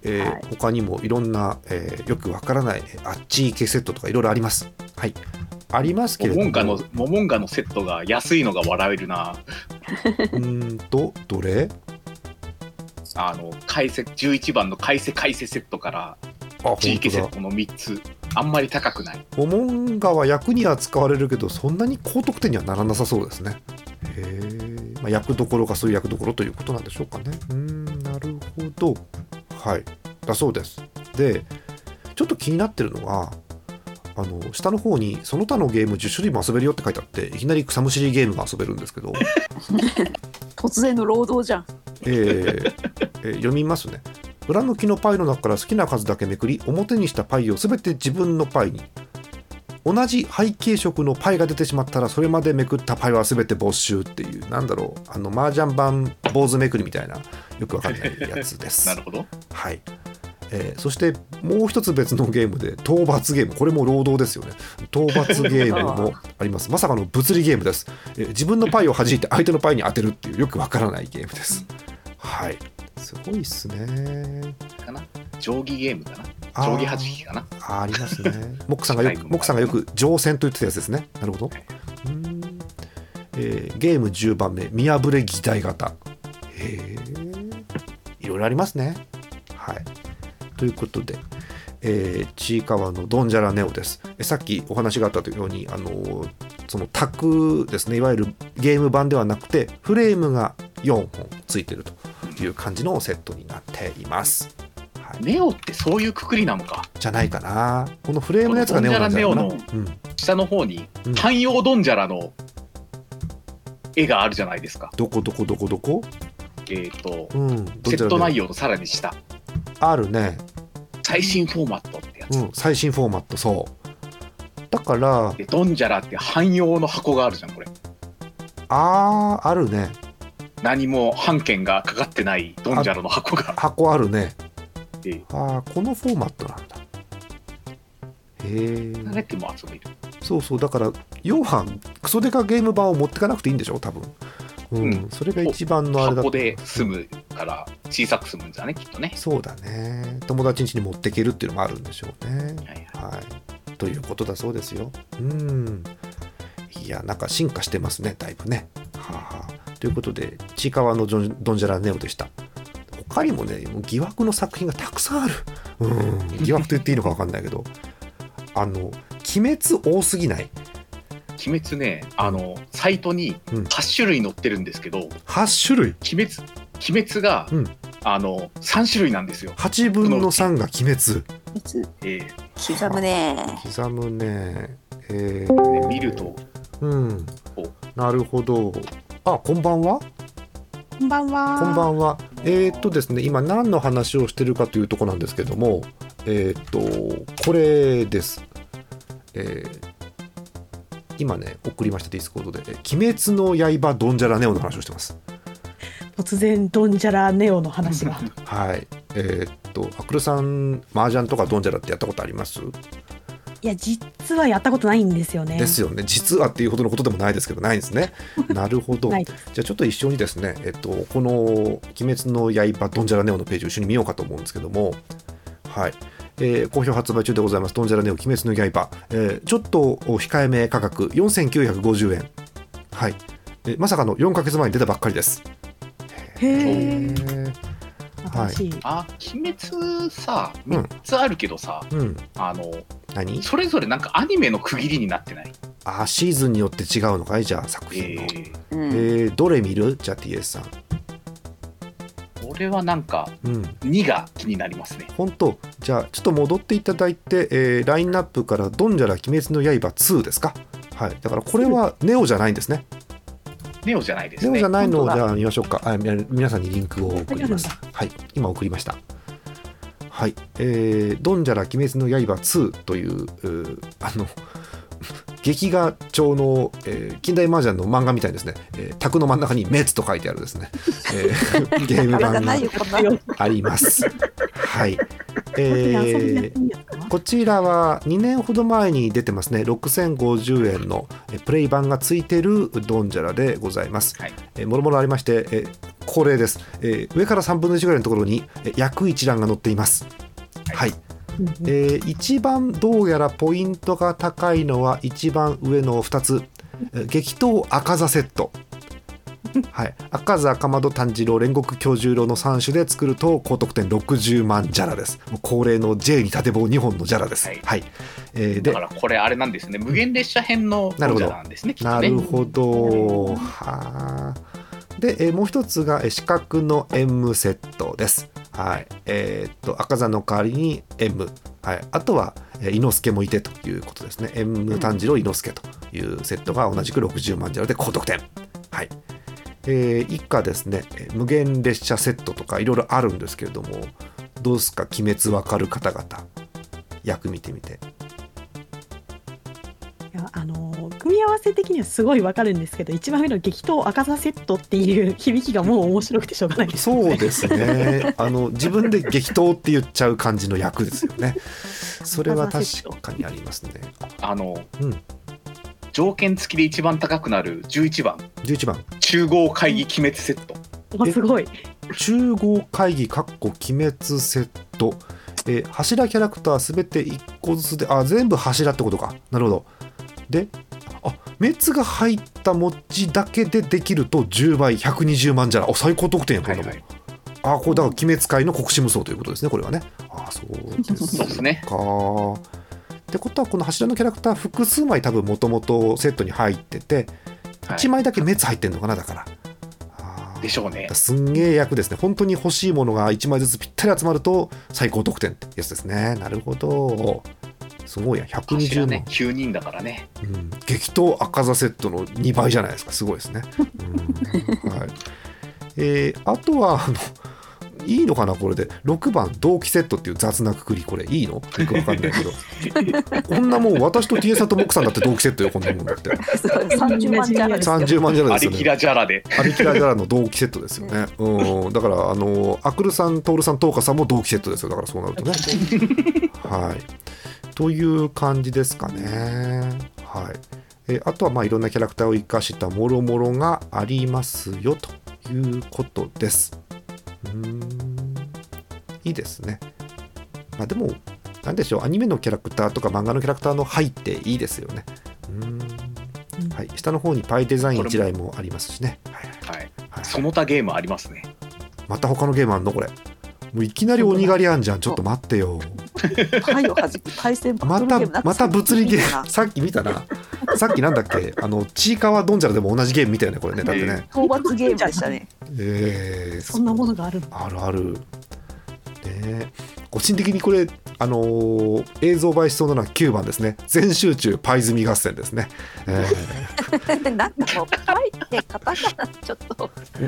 [SPEAKER 1] えーはい、他にもいろんな、えー、よくわからないあっち行けセットとかいろいろあります。はい、ありますけれども、モモンガの
[SPEAKER 2] モモンガのセットが安いのが笑えるな。
[SPEAKER 1] うーんとどれ？
[SPEAKER 2] あの海瀬じゅういちばんの海瀬海瀬セットから地域セットのみっつ、あんまり高くない。
[SPEAKER 1] モモンガは役には使われるけどそんなに高得点にはならなさそうですね。へえ、まあ、役どころがそういう役どころということなんでしょうかね。うーん、なるほど。はい、だそうです。でちょっと気になってるのが、あの下の方にその他のゲームじゅっしゅるいも遊べるよって書いてあって、いきなり草むしりゲームが遊べるんですけど
[SPEAKER 3] 突然の労働じゃん。
[SPEAKER 1] えーえー、読みますね。裏向きのパイの中から好きな数だけめくり、表にしたパイをすべて自分のパイに。同じ背景色のパイが出てしまったらそれまでめくったパイはすべて没収っていう、なんだろう、あの麻雀版坊主めくりみたいなよくわかんないやつです。
[SPEAKER 2] なるほど。
[SPEAKER 1] はい、えー、そしてもう一つ別のゲームで討伐ゲーム、これも労働ですよね。討伐ゲームもあります。まさかの物理ゲームです。えー、自分のパイを弾いて相手のパイに当てるっていうよくわからないゲームです。はい、すごいっすね。
[SPEAKER 2] かな、定規ゲームかな、定規弾きかな。
[SPEAKER 1] あ, ありますね。モックさんがよくモックさんがよく乗船と言ってたやつですね。なるほど。うーん、えー、ゲームじゅうばんめ、見破れ擬態型。へー、いろいろありますね。はい、ということで、えー、ちいかわのドンジャラネオです。えさっきお話があったように、あのー、そのタクですね、いわゆるゲーム版ではなくてフレームがよんほんついているという感じのセットになっています。はい、
[SPEAKER 2] ネオってそういうくくりなのか
[SPEAKER 1] じゃないかな。このフレームのやつがネオなんじゃないかな。
[SPEAKER 2] ドンジャラネオの下の方に汎用ドンジャラの絵があるじゃないですか。
[SPEAKER 1] どこどこどこどこ？
[SPEAKER 2] えっと、うん、セット内容のさらに下。
[SPEAKER 1] あるね。
[SPEAKER 2] 最新フォーマットってやつ。
[SPEAKER 1] うん、最新フォーマット、そう。だから
[SPEAKER 2] ドンジャラって汎用の箱があるじゃんこれ。
[SPEAKER 1] あー、あるね。
[SPEAKER 2] 何も版権がかかってないドンジャラの箱が。
[SPEAKER 1] 箱あるね。
[SPEAKER 2] ええ、
[SPEAKER 1] あー、このフォーマットなんだ。へー。
[SPEAKER 2] 慣れても遊べる。
[SPEAKER 1] そうそう、だから要はクソデカゲーム版を持ってかなくていいんでしょ多分。うん、うん、それが一番のあれだと。
[SPEAKER 2] 箱で済むから小さく済むんじゃねきっとね。
[SPEAKER 1] そうだね。友達ん家に持っていけるっていうのもあるんでしょうね。はい、はいはい、ということだそうですよ。うん。いや、なんか進化してますね、だいぶね。はあ、ということでちいかわのドンジャラネオでした。他にもね、もう疑惑の作品がたくさんある。うん、疑惑と言っていいのか分かんないけど、あの鬼滅多すぎない？
[SPEAKER 2] 鬼滅ね、あのサイトにはちしゅるい載ってるんですけど、うん、
[SPEAKER 1] はちしゅるい？
[SPEAKER 2] 鬼滅鬼滅が、うん、あのさんしゅるいなんですよ。
[SPEAKER 1] はちぶんのさんが鬼滅。
[SPEAKER 3] えー、刻むね。
[SPEAKER 1] 刻むね。えー、
[SPEAKER 2] で見ると、
[SPEAKER 1] うん、なるほど。あ、こんばんは。
[SPEAKER 3] こんばんは。
[SPEAKER 1] こんばんは。えー、っとですね、今何の話をしてるかというところなんですけども、えー、っとこれです。えー、今ね送りましたディスコードで「鬼滅の刃ドンジャラネオ」の話をしてます。
[SPEAKER 4] 突然ドンジャラネオの話が
[SPEAKER 1] はい。えー、っとアクルさん、麻雀とかドンジャラってやったことあります？
[SPEAKER 4] いや、実はやったことないんですよね。
[SPEAKER 1] ですよね。実はっていうほどのことでもないですけど、ないんですね。なるほど。じゃあちょっと一緒にですね、えっと、この「鬼滅の刃ドンジャラネオ」のページを一緒に見ようかと思うんですけども、はい。えー、好評発売中でございます。ドンジャラネオ鬼滅の刃、えー、ちょっと控えめ価格よんせんきゅうひゃくごじゅうえん。はい。えー、まさかのよんかげつまえに出たばっかりです。
[SPEAKER 4] へー。
[SPEAKER 2] はい、あ、鬼滅さみっつあるけどさ、うん、あの
[SPEAKER 1] 何
[SPEAKER 2] それぞれなんかアニメの区切りになってない？
[SPEAKER 1] あ、シーズンによって違うのかい？じゃあ作品の、えーえー、どれ見る？じゃあ ティーエス さん。
[SPEAKER 2] 俺はなんかにが気になりますね。
[SPEAKER 1] 本当？じゃあちょっと戻っていただいて、えー、ラインナップからドンジャラ鬼滅の刃ツーですか？はい。だからこれはネオじゃないんですね。
[SPEAKER 2] ネオじゃないですね。
[SPEAKER 1] ネオじゃないのをじゃあ見ましょうか。あ、皆さんにリンクを送ります。はい、今送りました。はい、えー、ドンジャラ鬼滅の刃ツーという、うあの劇画調の、えー、近代麻雀の漫画みたいですね。えー、卓の真ん中に滅と書いてあるですね、えー、ゲーム版があります。はい。えー、こちらはにねんほど前に出てますね。ろくせんごじゅうえんのプレイ版がついてるドンジャラでございます。はい、えー、もろもろありまして、えー、 恒例です、えー、上からさんぶんのいちぐらいのところに役一覧が載っています。はい、はいえー、一番どうやらポイントが高いのは一番上のふたつ、激闘赤座セットはい、赤座かまど炭治郎煉獄京十郎のさん種で作ると高得点ろくじゅうまんジャラです。もう恒例の J に縦棒にほんのジャラです。はいはい
[SPEAKER 2] えー、でだからこれあれなんですね、無限列車編のジャラなんですね。
[SPEAKER 1] なるほど、はで、えー、もう一つが四角の M セットです。はいえー、っと赤座の代わりに M、はい、あとは伊之助もいてということですね。 M 炭治郎伊之助というセットが同じくろくじゅうまんジャラで高得点。はいえー、以下ですね無限列車セットとかいろいろあるんですけれども、どうですか鬼滅わかる方々、役見てみて。
[SPEAKER 4] いやあのー、組み合わせ的にはすごいわかるんですけど、一番上の激闘赤座セットっていう響きがもう面白くてしょうがないですね。
[SPEAKER 1] そうですねあの自分で激闘って言っちゃう感じの役ですよね。それは確かにありますね。
[SPEAKER 2] あの、うん条件付きで一番高くなるじゅういちばん
[SPEAKER 1] じゅういちばん
[SPEAKER 2] 中合会議鬼滅セット。
[SPEAKER 4] おすごい。
[SPEAKER 1] 中合会議かっこ鬼滅セット、えー、柱キャラクターすべていっこずつで、あ全部柱ってことか。なるほど。であ滅が入った文字だけでできるとじゅうばいひゃくにじゅうまんじゃら。お最高得点やこんなもん、はいはい、あこれだから鬼滅界の国士無双ということですねこれはね。あそうですか。そうですねってことはこの柱のキャラクター複数枚多分もともとセットに入ってて、はい、いちまいだけ滅入ってんのかな。だから
[SPEAKER 2] あでしょうね。
[SPEAKER 1] すんげえ役ですね。本当に欲しいものがいちまいずつぴったり集まると最高得点ってやつですね。なるほどすごいやひゃくにじゅうまん、ね、
[SPEAKER 2] きゅうにんだからね、
[SPEAKER 1] うん、激闘赤座セットのにばいじゃないですか。すごいですね、うんはいえー、あとはあのいいのかなこれでろくばん同期セットっていう雑なくくり、これいいのよくわかんないけどこんなもん私と ティーエス とモックさんだって同期セットよこんなもんだって
[SPEAKER 3] さんじゅうまんジャラですよ。
[SPEAKER 1] さんじゅうまんジャラですよね。
[SPEAKER 2] アリキラジャラで
[SPEAKER 1] アリキラジャラの同期セットですよね、うん、だからあのアクルさんトールさんトーカさんも同期セットですよ。だからそうなるとねはいという感じですかね。はいえあとはまあいろんなキャラクターを生かしたもろもろがありますよということです。うーんいいですね。まあでもなんでしょう、アニメのキャラクターとか漫画のキャラクターの入っていいですよね。うーん、うんはい、下の方にパイデザイン一覧もありますしね。はい
[SPEAKER 2] はいはい、その他ゲームありますね。
[SPEAKER 1] また他のゲームあんのこれ。もういきなり鬼狩りあんじゃん。ちょっと待ってよ。
[SPEAKER 3] パイをはじく対戦バトルゲーム。
[SPEAKER 1] またまた物理ゲーム。さっき見たな。さっきなんだっけあのちいかわドンジャラでも同じゲーム見たよねこれね。だってね。
[SPEAKER 3] 討伐ゲームでしたね。
[SPEAKER 1] えー、
[SPEAKER 4] そんなものがあるの。
[SPEAKER 1] あるある。ね、個人的にこれ、あのー、映像映えしそうなのはきゅうばんですね。全集中パイ積み合戦ですね、え
[SPEAKER 3] ー、なんかもうパイってカタカナちょっとうん、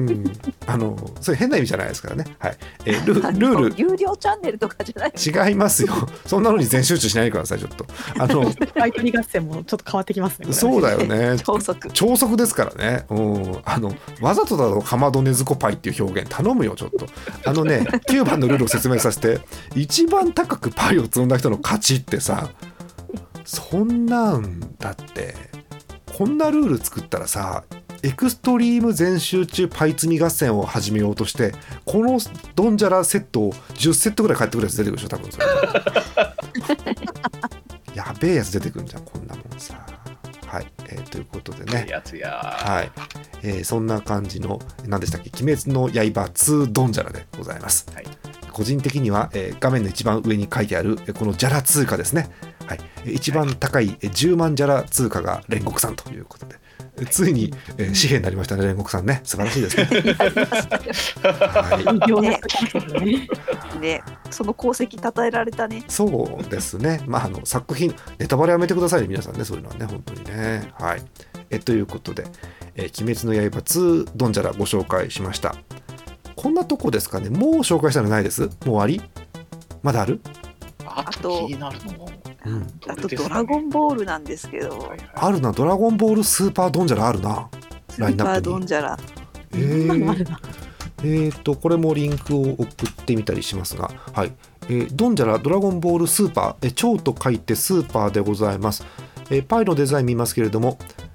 [SPEAKER 1] うん、あのそれ変な意味じゃないですからね、はいえー、ル, ルール
[SPEAKER 3] 有料チャンネルとかじゃない
[SPEAKER 1] 違いますよ。そんなのに全集中しないでくださいちょっと。あの
[SPEAKER 4] パイ積み合戦もちょっと変わってきますね。
[SPEAKER 1] そうだよね。
[SPEAKER 3] 超速
[SPEAKER 1] 超速ですからね、うん、あのわざとだろかまどねずこパイっていう表現頼むよちょっと。あのねきゅうばんのルールを説明させて、一番高くパイを積んだ人の勝ちってさ、そんなんだってこんなルール作ったらさ、エクストリーム全集中パイ積み合戦を始めようとしてこのドンジャラセットをじゅっセットぐらい返ってくるやつ出てくるでしょ多分それやべえやつ出てくるんじゃんこんなもんさ。はい、えー、ということでね、
[SPEAKER 2] やつや
[SPEAKER 1] はいえー、そんな感じの何でしたっけ鬼滅の刃ツードンジャラでございます、はい、個人的には、えー、画面の一番上に書いてあるこのジャラ通貨ですね、はい、一番高いじゅうまんジャラ通貨が煉獄さんということで、ついに、えー、紙幣になりましたね煉獄さんね。素晴らしいですね。
[SPEAKER 3] はい、ねね、その功績称えられたね。
[SPEAKER 1] そうですね、まあ、あの作品ネタバレやめてくださいね皆さんね、そういうのはね本当にね。はいえということで、えー、鬼滅の刃ツードンジャラご紹介しました。こんなとこですかね。もう紹介したのないです？もう終わり？まだある？
[SPEAKER 2] あと気になるの、
[SPEAKER 3] うん、あとドラゴンボールなんですけど、はいはい、
[SPEAKER 1] あるな。ドラゴンボールスーパードンジャラあるな。
[SPEAKER 3] スーパードンジャラ、
[SPEAKER 1] えー、えーとこれもリンクを送ってみたりしますが、はいえー、ドンジャラドラゴンボールスーパー、えー、超と書いてスーパーでございます。えー、パイのデザイン見ますけれども、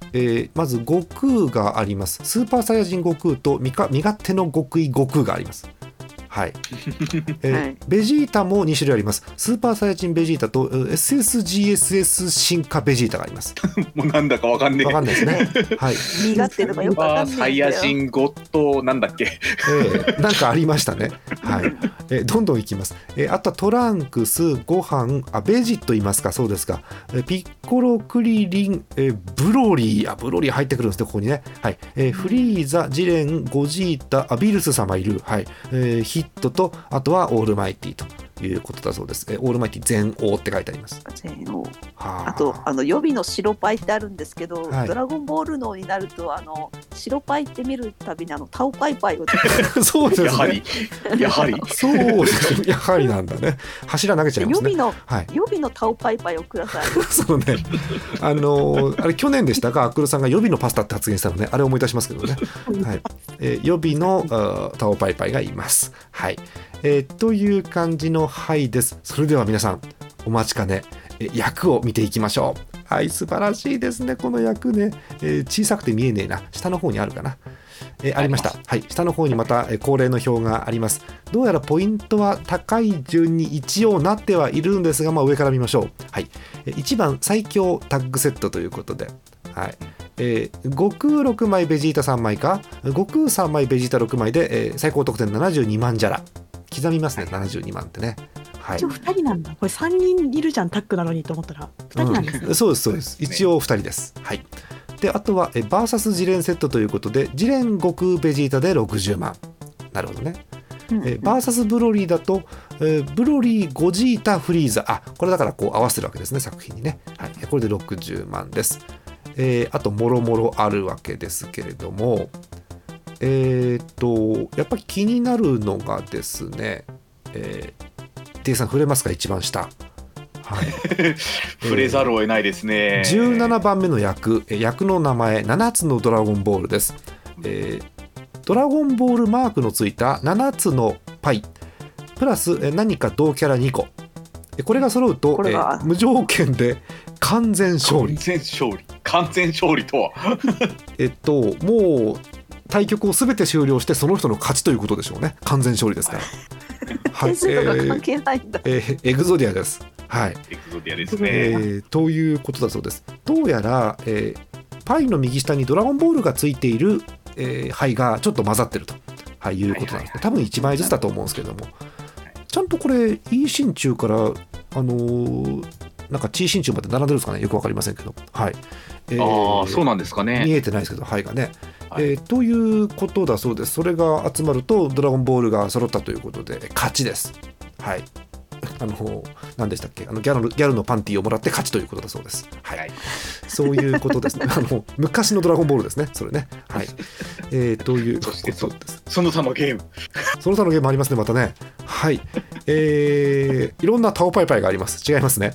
[SPEAKER 1] えー、まず悟空があります。スーパーサイヤ人悟空と身勝手の極意悟空があります。はい、えーはい、ベジータもに種類あります。スーパーサイヤ人ベジータと エスエスジーエスエス 進化ベジータがあります。
[SPEAKER 2] もうなんだかわかんねえ。
[SPEAKER 1] わかんないですね。はい。
[SPEAKER 3] 身勝手とかよくわかんないんだよ。
[SPEAKER 2] サイヤ人ゴッドなんだっけ。
[SPEAKER 1] えー、なんかありましたね。はい。えー、どんどんいきます。えー、あとはトランクス、ご飯、あベジットいますか。そうですか。えー、ピッコロ、クリリン、えー、ブロリー、あブロリー入ってくるんですねここにね。はい。えー、フリーザ、ジレン、ゴジータ、あビルス様いる。はい。えー、ヒットとあとはオールマイティということだそうです。えー、オールマイティ全王って書いてあります。
[SPEAKER 3] 全王。あとあの予備の白パイってあるんですけど、はい、ドラゴンボール脳になるとあの白パイって見るたびにあのタオパイパイを
[SPEAKER 1] そうですね。
[SPEAKER 2] やはりやはり
[SPEAKER 1] そうですね。やはりなんだね。柱投げちゃいますね。
[SPEAKER 3] 予備の、はい、予備のタオパイパイをください。
[SPEAKER 1] そうね。あのー、あれ去年でしたか、アクルさんが予備のパスタって発言したのね。あれ思い出しますけどね。はい。えー、予備のタオパイパイがいます。はい。えー、という感じのはいです。それでは皆さんお待ちかね、えー、役を見ていきましょう。はい、素晴らしいですねこの役ね、えー、小さくて見えねえな。下の方にあるかな、えー、ありました。はい、下の方にまた、えー、恒例の表があります。どうやらポイントは高い順に一応なってはいるんですが、まあ、上から見ましょう。はい、えー、いちばん最強タッグセットということで、はい、えー、悟空ろくまいベジータさんまいか、悟空さんまいベジータろくまいで、えー、最高得点ななじゅうにまんじゃら。刻みますね、ななじゅうにまんってね。はい、
[SPEAKER 4] 一応ふたりなんだ。これさんにんいるじゃんタッグなのにと思ったらふたりなんですね、
[SPEAKER 1] うん、そうですそうです。一応ふたりです。はい。であとはえバーサスジレンセットということで、ジレン悟空ベジータでろくじゅうまん。なるほどね。うんうん、えバーサスブロリーだと、えー、ブロリーゴジータフリーザ、あこれだからこう合わせてるわけですね作品にね。はい、これでろくじゅうまんです。えー、あともろもろあるわけですけれども、えー、っとやっぱり気になるのがですね、えー、T さん触れますか、一番下。はい、
[SPEAKER 2] 触れざるを得ないですね。
[SPEAKER 1] じゅうななばんめの役、役の名前ななつのドラゴンボールです。えー、ドラゴンボールマークのついたななつのパイプラス何か同キャラにこ、これが揃うと、えー、無条件で完全勝利。
[SPEAKER 2] 完全勝利完全勝利とは
[SPEAKER 1] えっともう対局を全て終了してその人の勝ちということでしょうね。完全勝利ですから。
[SPEAKER 3] 点数とか関係ないんだ。
[SPEAKER 1] えー、エグゾディアです。はい。
[SPEAKER 2] エグゾディアですね。
[SPEAKER 1] えー、ということだそうです。どうやら、えー、パイの右下にドラゴンボールがついている、えー、牌がちょっと混ざってると、はい、いうことなんですね。多分いちまいずつだと思うんですけども、ちゃんとこれ E 心中からあのー、なんか T 心中まで並んでるんですかね。よくわかりませんけど、はい。
[SPEAKER 2] えー、ああそうなんですかね。
[SPEAKER 1] 見えてないですけど牌がね。はい、えー、ということだそうです。それが集まるとドラゴンボールが揃ったということで勝ちです。はい。あの何でしたっけ、あのギャル、ギャルのパンティーをもらって勝ちということだそうです。はい。はい、そういうことですね。あの昔のドラゴンボールですね。それね。はい。えー、ということです。
[SPEAKER 2] その他のゲーム。そ
[SPEAKER 1] の他のゲームありますね。またね。はい。えー、いろんなタオパイパイがあります。違いますね。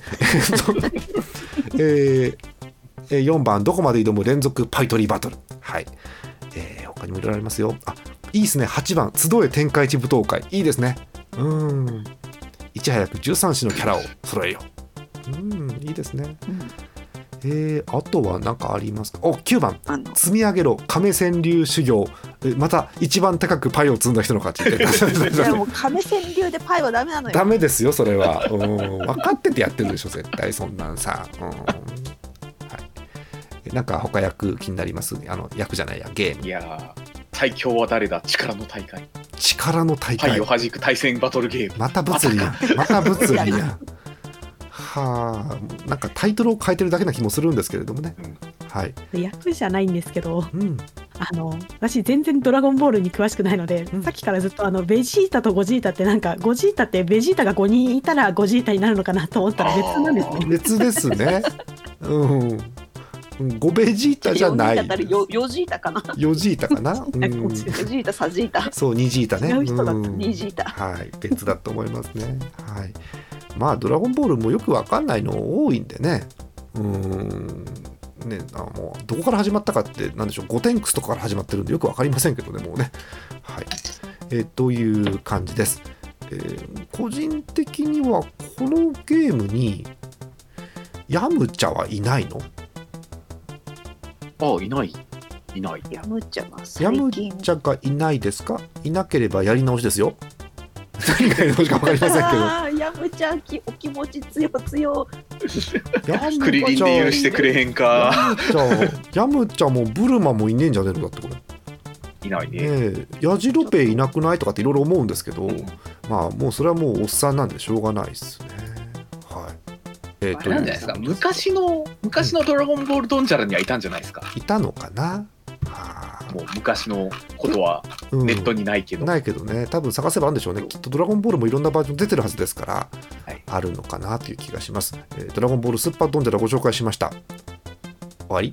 [SPEAKER 1] えー、よんばんどこまで挑む連続パイトリーバトル。はい。えー、他にもいろいろありますよ。あ、いいですね。はちばん集え天下一舞踏会。いいですね。うーん。いち早くじゅうさん種のキャラを揃えよう。うん、いいですね。うん、えー、あとは何かありますか。お、きゅうばん積み上げろ亀川流修行。また一番高くパイを積んだ人の勝ち。
[SPEAKER 3] いやもう亀川流でパイはダメなのよ。
[SPEAKER 1] ダメですよそれは。うん、分かっててやってるでしょ絶対そんなんさ。うん、はい。なんか他役気になります。あの役じゃないやゲーム。
[SPEAKER 2] いや最強は誰だ、力の大会。
[SPEAKER 1] 力の大会。
[SPEAKER 2] パイを弾く対戦バトルゲーム。
[SPEAKER 1] また物理や。また物理や。はあ、なんかタイトルを変えてるだけな気もするんですけれどもね。うん、はい。
[SPEAKER 4] 役じゃないんですけど、
[SPEAKER 1] うん、
[SPEAKER 4] あの私全然ドラゴンボールに詳しくないので、うん、さっきからずっとあのベジータとゴジータってなんかゴジータってベジータがごにんいたらゴジータになるのかなと思ったら別なんですね。
[SPEAKER 1] 別ですね。うん。ゴベジータじゃない。
[SPEAKER 3] ヨジータかな。
[SPEAKER 1] ヨジータかな。ヨ
[SPEAKER 3] ジータ、サジータ。
[SPEAKER 1] そう、ニジータね。
[SPEAKER 3] ニジータ。
[SPEAKER 1] はい、別だと思いますね。はい。まあドラゴンボールもよくわかんないの多いんでね。うーん。ね、あもうどこから始まったかってなんでしょう。ゴテンクスとかから始まってるんでよくわかりませんけどね、もうね。はい。えー、という感じです。えー、個人的にはこのゲームにヤムチャはいないの？
[SPEAKER 2] ああ、いないいない。
[SPEAKER 3] ヤムチャが
[SPEAKER 1] ヤム
[SPEAKER 3] 最近
[SPEAKER 1] チャがいないですか？いなければやり直しですよ。何がやり直しか分かりませんけど。
[SPEAKER 3] あーヤムチャきお気持ち強強。
[SPEAKER 1] ヤム
[SPEAKER 2] クリリンで許してくれへんか。
[SPEAKER 1] ヤムチャヤムチャもブルマもいねえんじゃねえのだってこれ。
[SPEAKER 2] いないね。
[SPEAKER 1] ねえ、ヤジロペイいなくないとかっていろいろ思うんですけど、まあもうそれはもうおっさんなんでしょうがないですね。はい。えー、
[SPEAKER 2] あれなんじゃないですか。昔の昔のドラゴンボールドンジャラにはいたんじゃないですか。
[SPEAKER 1] いたのかな。はあ、
[SPEAKER 2] もう昔のことはネットにないけど、
[SPEAKER 1] うん、ないけどね、多分探せばあるんでしょうね。きっとドラゴンボールもいろんなバージョン出てるはずですから、はい、あるのかなという気がします。えー、ドラゴンボールスーパードンジャラご紹介しました。終わり。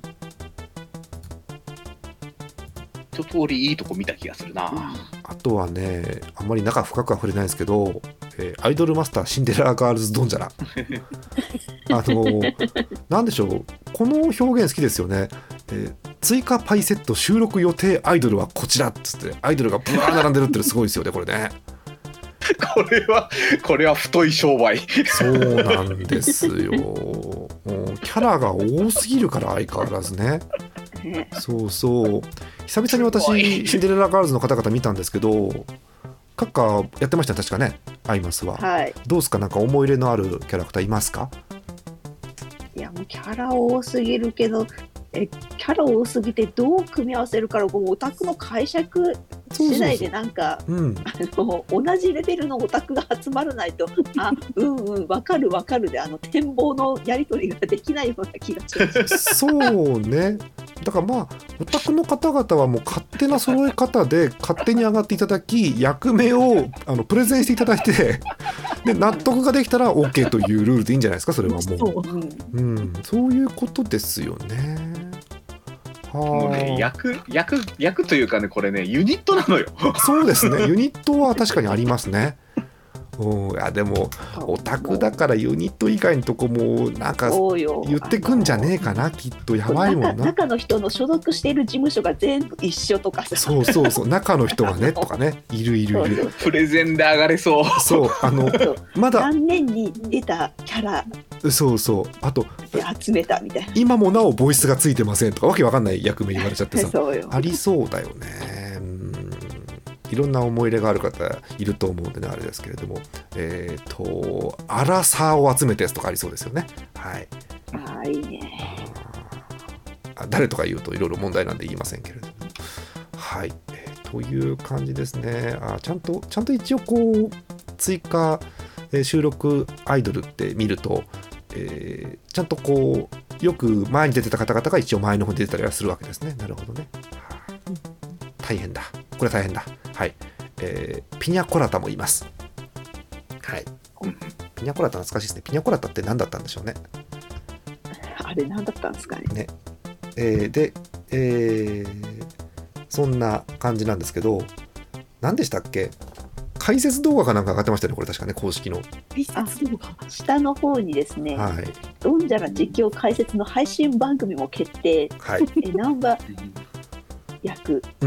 [SPEAKER 2] 一通りいいとこ見た気がするな、うん、
[SPEAKER 1] あとはね、あんまり中深くは触れないですけど、えー、アイドルマスターシンデレラガールズドンジャラあのなんでしょう、この表現好きですよね。えー、追加パイセット収録予定アイドルはこちらっつってアイドルがブワー並んでるってすごいですよねこれね。
[SPEAKER 2] これはこれは太い商売。
[SPEAKER 1] そうなんですよ。もうキャラが多すぎるから相変わらずね。そうそう、久々に私シンデレラガールズの方々見たんですけど、カッカやってました確かね、アイマスは、
[SPEAKER 3] はい、
[SPEAKER 1] どうですか、なんか思い入れのあるキャラクターいますか？
[SPEAKER 3] いやもうキャラ多すぎるけど、えキャラ多すぎてどう組み合わせるからオタクの解釈次第でなんかそうそうそう、うん、あの同じレベルのオタクが集まらないとあうんうん分かる分かるであの展望のやり取りができないような気がします。
[SPEAKER 1] そうね、だからまあオタクの方々はもう勝手な揃え方で勝手に上がっていただき、役名をあのプレゼンしていただいてで納得ができたら OK というルールでいいんじゃないですか。それはもうそう、うん、そういうことですよね。
[SPEAKER 2] もうね、役役役というかね、これねユニットなのよ。
[SPEAKER 1] そうですね、ユニットは確かにありますね。うん、いやでもオタクだからユニット以外のとこもなんか言ってくんじゃねえかな、きっとやばいもんな。
[SPEAKER 3] 中の人の所属している事務所が全部一緒とかさ。
[SPEAKER 1] そうそうそう、中の人がねとかね、いるいるいる。
[SPEAKER 2] プレゼンで上がれそう。
[SPEAKER 1] そう、あのまだ
[SPEAKER 3] 何年に出たキャラ、
[SPEAKER 1] そうそう、あと
[SPEAKER 3] で集めたみたいな、
[SPEAKER 1] 今もなおボイスがついてませんとかわけわかんない役名言われちゃってさ
[SPEAKER 3] そうよ、
[SPEAKER 1] ありそうだよね。いろんな思い入れがある方いると思うんでね、あれですけれども、えっ、ー、とアラサーを集めたやつとかありそうですよね。はい。
[SPEAKER 3] ああいいね。
[SPEAKER 1] あ、誰とか言うといろいろ問題なんで言いませんけれども、はい、えー、という感じですね。あ、ちゃんとちゃんと一応こう追加、えー、収録アイドルって見ると、えー、ちゃんとこうよく前に出てた方々が一応前の方に出てたりはするわけですね。なるほどね。はあ、大変だ、これ大変だ。はい、えー、ピニャコラタもいます。はい、ピニャコラタ懐かしいですね。ピニャコラタって何だったんでしょうね。
[SPEAKER 3] あれ何だったんですかね。
[SPEAKER 1] ね、えー、で、えー、そんな感じなんですけど、何でしたっけ、解説動画かなんか上がってましたね、これ確かね、公式の。
[SPEAKER 3] あ、下の方にですね、
[SPEAKER 1] はい、
[SPEAKER 3] ドンジャラ実況解説の配信番組も決定。はい、えナンバ役。
[SPEAKER 1] うん。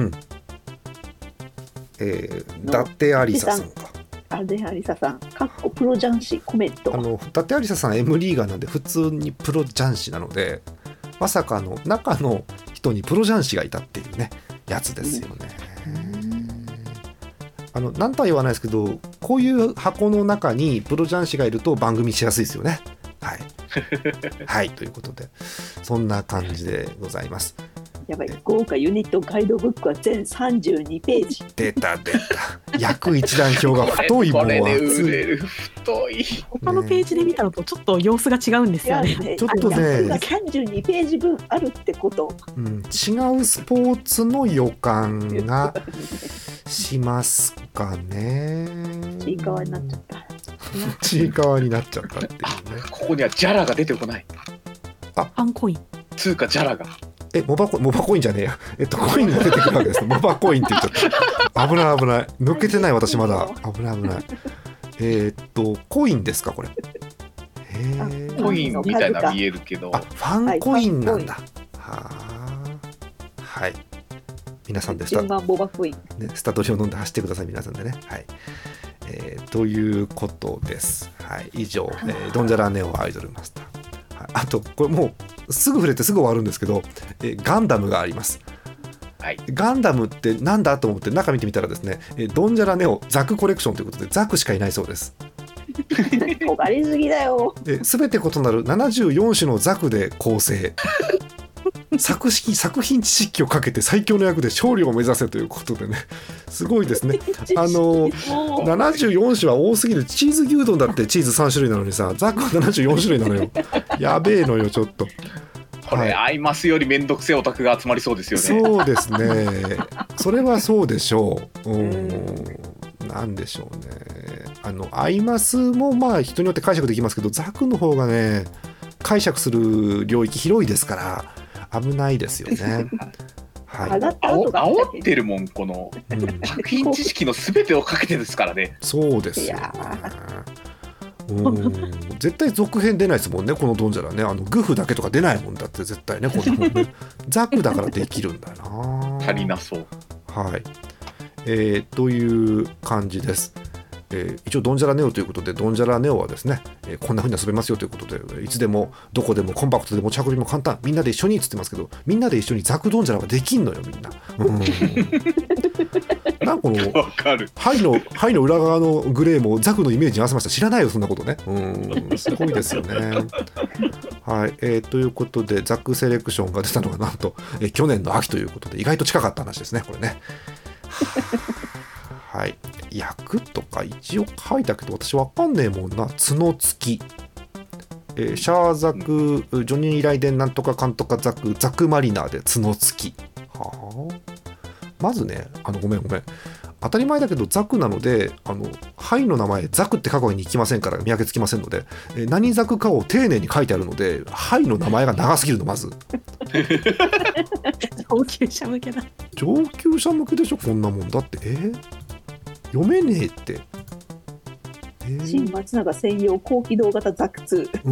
[SPEAKER 1] えー、伊達ありささんか。
[SPEAKER 3] あでありささん、かっこプロ雀士コメント。
[SPEAKER 1] あの伊達ありささん M リーガーなんで普通にプロ雀士なので、まさかの中の人にプロ雀士がいたっていうねやつですよね。あの何とは言わないですけど、こういう箱の中にプロ雀士がいると番組しやすいですよね。はいはいということでそんな感じでございます。
[SPEAKER 3] やばい、豪華ユニットガイドブックは全さんじゅうにページ。
[SPEAKER 1] 出た出た。役一覧表が太いもんは
[SPEAKER 2] 太い。
[SPEAKER 4] 他のページで見たのとちょっと様子が違うんですよね。
[SPEAKER 1] ちょっとね、
[SPEAKER 3] さんじゅうにページ分あるってこと。
[SPEAKER 1] うん、違うスポーツの予感がしますかね。
[SPEAKER 3] ちいかわになっちゃった。
[SPEAKER 1] ちいかわになっちゃったっていうね。
[SPEAKER 2] ここにはジャラが出てこない。
[SPEAKER 4] あ、アンコイン。
[SPEAKER 2] つうかジャラが。
[SPEAKER 1] え、モバコ、モバコインじゃねえや。えっと、コインが出てくるわけですね。モバコインって言っちゃった。危ない危ない。抜けてない私まだ。危ない危ない。えー、っと、コインですか、これ。
[SPEAKER 2] へコインみたいな見えるけど。
[SPEAKER 1] あ、ファンコインなんだ。はい、はあ。はい。皆さんでスタ、ね、スタドリを飲んで走ってください、皆さんでね。はい。えー、ということです。はい。以上、えー、ドンジャラネオアイドルマスター。はい、あと、これもう、 すぐ触れてすぐ終わるんですけど、えガンダムがあります。はい、ガンダムってなんだと思って中見てみたらですね、えドンジャラネオザクコレクションということでザクしかいないそうです。
[SPEAKER 3] 尖りすぎだよ。
[SPEAKER 1] すべて異なるななじゅうよん種のザクで構成。作式作品知識をかけて最強の役で勝利を目指せということでね、すごいですね。あのななじゅうよん種は多すぎる。チーズ牛丼だってチーズさん種類なのにさ、ザクはななじゅうよん種類なのよ。やべえのよちょっと。
[SPEAKER 2] これ、はい、アイマスよりめんどくせえオタクが集まりそうですよね。
[SPEAKER 1] そうですね。それはそうでしょう。うん、なんでしょうね。あのアイマスもまあ人によって解釈できますけど、ザクの方がね解釈する領域広いですから危ないですよね。はい、
[SPEAKER 2] 煽ってるもん、この、うん、作品知識のすべてをかけてですからね。
[SPEAKER 1] そうですよね。うん絶対続編出ないですもんね、このドンジャラね。あのグフだけとか出ないもんだって絶対ね、こんなもんね。ザクだからできるんだよな。
[SPEAKER 2] 足りなそう。
[SPEAKER 1] はい、えー、という感じです。えー、一応ドンジャラネオということで、ドンジャラネオはですね、えー、こんな風に遊べますよということで、いつでもどこでもコンパクトで持ち運びも簡単、みんなで一緒にっつってますけど、みんなで一緒にザクドンジャラができんのよみんな。うんなんかこのハイのハイの裏側のグレーもザクのイメージに合わせました。知らないよそんなことね。うんすごいですよね。はい、えー、ということでザクセレクションが出たのがなんと、えー、去年の秋ということで、意外と近かった話ですねこれね。はい、役とか一応書いたけど私わかんねえもんな。角付き、えー、シャーザク、うん、ジョニー・ライデンなんとかかんとかザクザクマリナーで角付き。はあ、まずね、あのごめんごめん当たり前だけどザクなので、あのハイの名前ザクって書くわけにいきませんから見分けつきませんので、えー、何ザクかを丁寧に書いてあるので、ハイの名前が長すぎるのまず。
[SPEAKER 4] 上級者向けだ。
[SPEAKER 1] 上級者向けでしょこんなもんだって。えー読めねえって、
[SPEAKER 3] えー、新松永専用高機動型ザクツー、うん、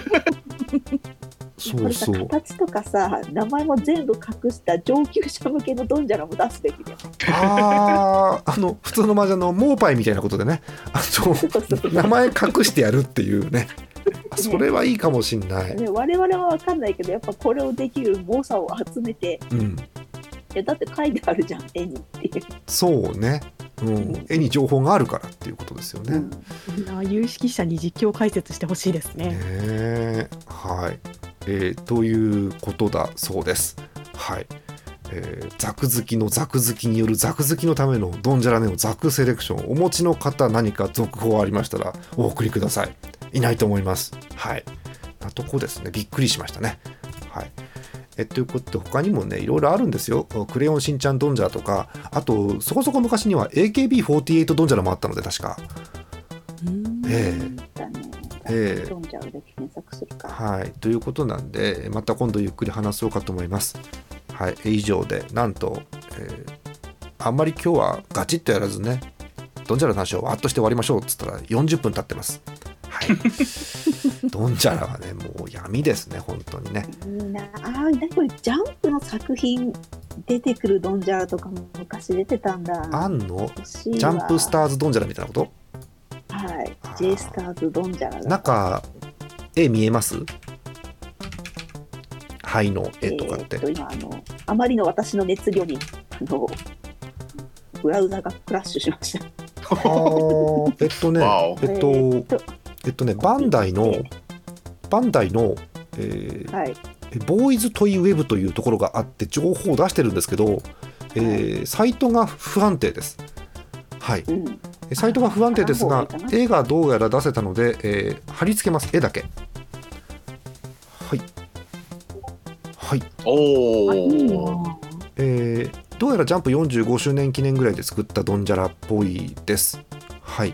[SPEAKER 3] そうそう。形とかさ名前も全部隠した上級者向けのドンジャラも出すべきだよ。
[SPEAKER 1] ああ、あの普通の麻雀のモーパイみたいなことでね、あの名前隠してやるっていうね。それはいいかもしんない、
[SPEAKER 3] ね、我々は分かんないけどやっぱこれをできる猛者を集めて、うん、いやだって書いてあるじゃん絵にっていう。
[SPEAKER 1] そうね、うん、絵に情報があるからっていうことですよね。
[SPEAKER 4] うん、有識者に実況解説してほしいですね。
[SPEAKER 1] ねはい、えー、ということだそうです。はい、えー、ザク好きのザク好きによるザク好きのためのドンジャラネのザクセレクション、お持ちの方何か続報ありましたらお送りください。いないと思います。はい、なとこですね。びっくりしましたね。はい、えということで他にもねいろいろあるんですよ。クレヨンしんちゃんドンジャラとか、あとそこそこ昔には エーケービーフォーティーエイト ドンジャラもあったので確か。え
[SPEAKER 3] えええドンジャラで検索するか。
[SPEAKER 1] はい、ということなんでまた今度ゆっくり話そうかと思います。はい、以上でなんと、えー、あんまり今日はガチッとやらずねドンジャラの話をわっとして終わりましょうっつったらよんじゅっぷん経ってます。はい、ドンジャラはねもう闇ですね本当にね。
[SPEAKER 3] ああ、これジャンプの作品出てくるドンジャラとかも昔出てたんだ。
[SPEAKER 1] あんのジャンプスターズドンジャラみたいなこと。
[SPEAKER 3] はい、J スターズドンジャラ
[SPEAKER 1] なんか絵見えます？はいの絵とかって、
[SPEAKER 3] えー、と今あのあまりの私の熱量にあのブラウザがクラッシュしました。
[SPEAKER 1] あえっとねえっと、えー、っとえっとねバンダイの、えー、バンダイの、えーはい、ボーイズトイウェブというところがあって情報を出してるんですけど、えーはい、サイトが不安定です。はい、うん、サイトが不安定ですが絵がどうやら出せたので、えー、貼り付けます。絵だけ。はいはい。
[SPEAKER 2] おー、
[SPEAKER 1] えー、どうやらジャンプよんじゅうごしゅうねん記念ぐらいで作ったドンジャラっぽいです。はい。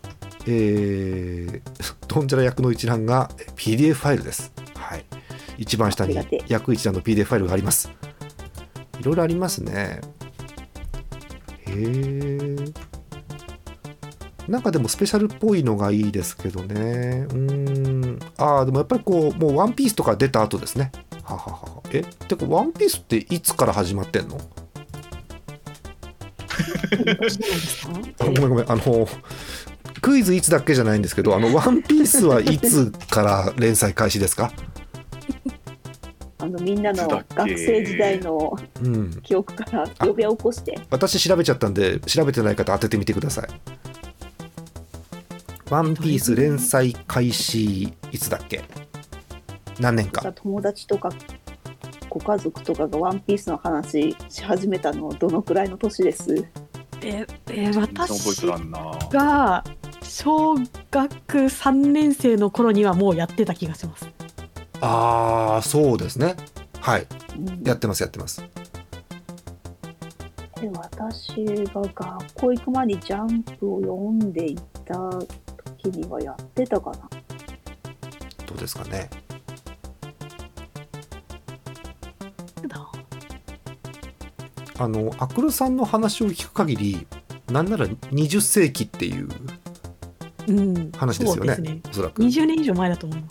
[SPEAKER 1] えー、ドンジャラ役の一覧が ピーディーエフ ファイルです。はい。一番下に役一覧の ピーディーエフ ファイルがあります。いろいろありますね。へー。なんかでもスペシャルっぽいのがいいですけどね。うーん。ああ、でもやっぱりこう、もうワンピースとか出た後ですね。ははは。え、てかワンピースっていつから始まってんの？ごめんごめん。あの、クイズいつだっけじゃないんですけど、あのワンピースはいつから連載開始ですか？
[SPEAKER 3] のみんなの学生時代の記憶から呼び起こして、うん、
[SPEAKER 1] 私調べちゃったんで調べてない方当ててみてください。ワンピース連載開始いつだっけ？何年か。
[SPEAKER 3] 友達とかご家族とかがワンピースの話し始めたのどのくらいの年です？
[SPEAKER 4] ええ私が小学さんねん生の頃にはもうやってた気がします。
[SPEAKER 1] ああ、そうですね。はい、うん、やってますやってます。
[SPEAKER 3] で私が学校行く前にジャンプを読んでいた時にはやってたかな。
[SPEAKER 1] どうですかね。あのアクルさんの話を聞く限りなんならにじゅっ世紀っていう話ですよね、うん、そうですね。おそらく
[SPEAKER 4] にじゅうねん以上前だと思います。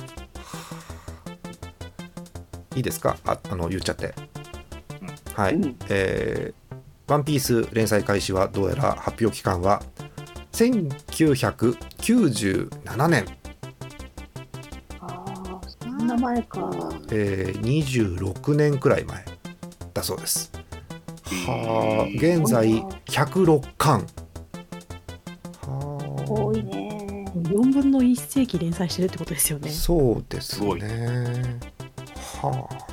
[SPEAKER 1] いいですか、あ、あの言っちゃって、うん、はい、うん、えー、ワンピース連載開始はどうやら発表期間はせんきゅうひゃくきゅうじゅうななねん。
[SPEAKER 3] ああ、そんな前か。
[SPEAKER 1] えー、にじゅうろくねんくらい前だそうです。はあ、現在ひゃくろっかん。
[SPEAKER 3] はあ、多いね。
[SPEAKER 4] よんぶんのいっ世紀連載してるってことですよね。
[SPEAKER 1] そうですね。はあ、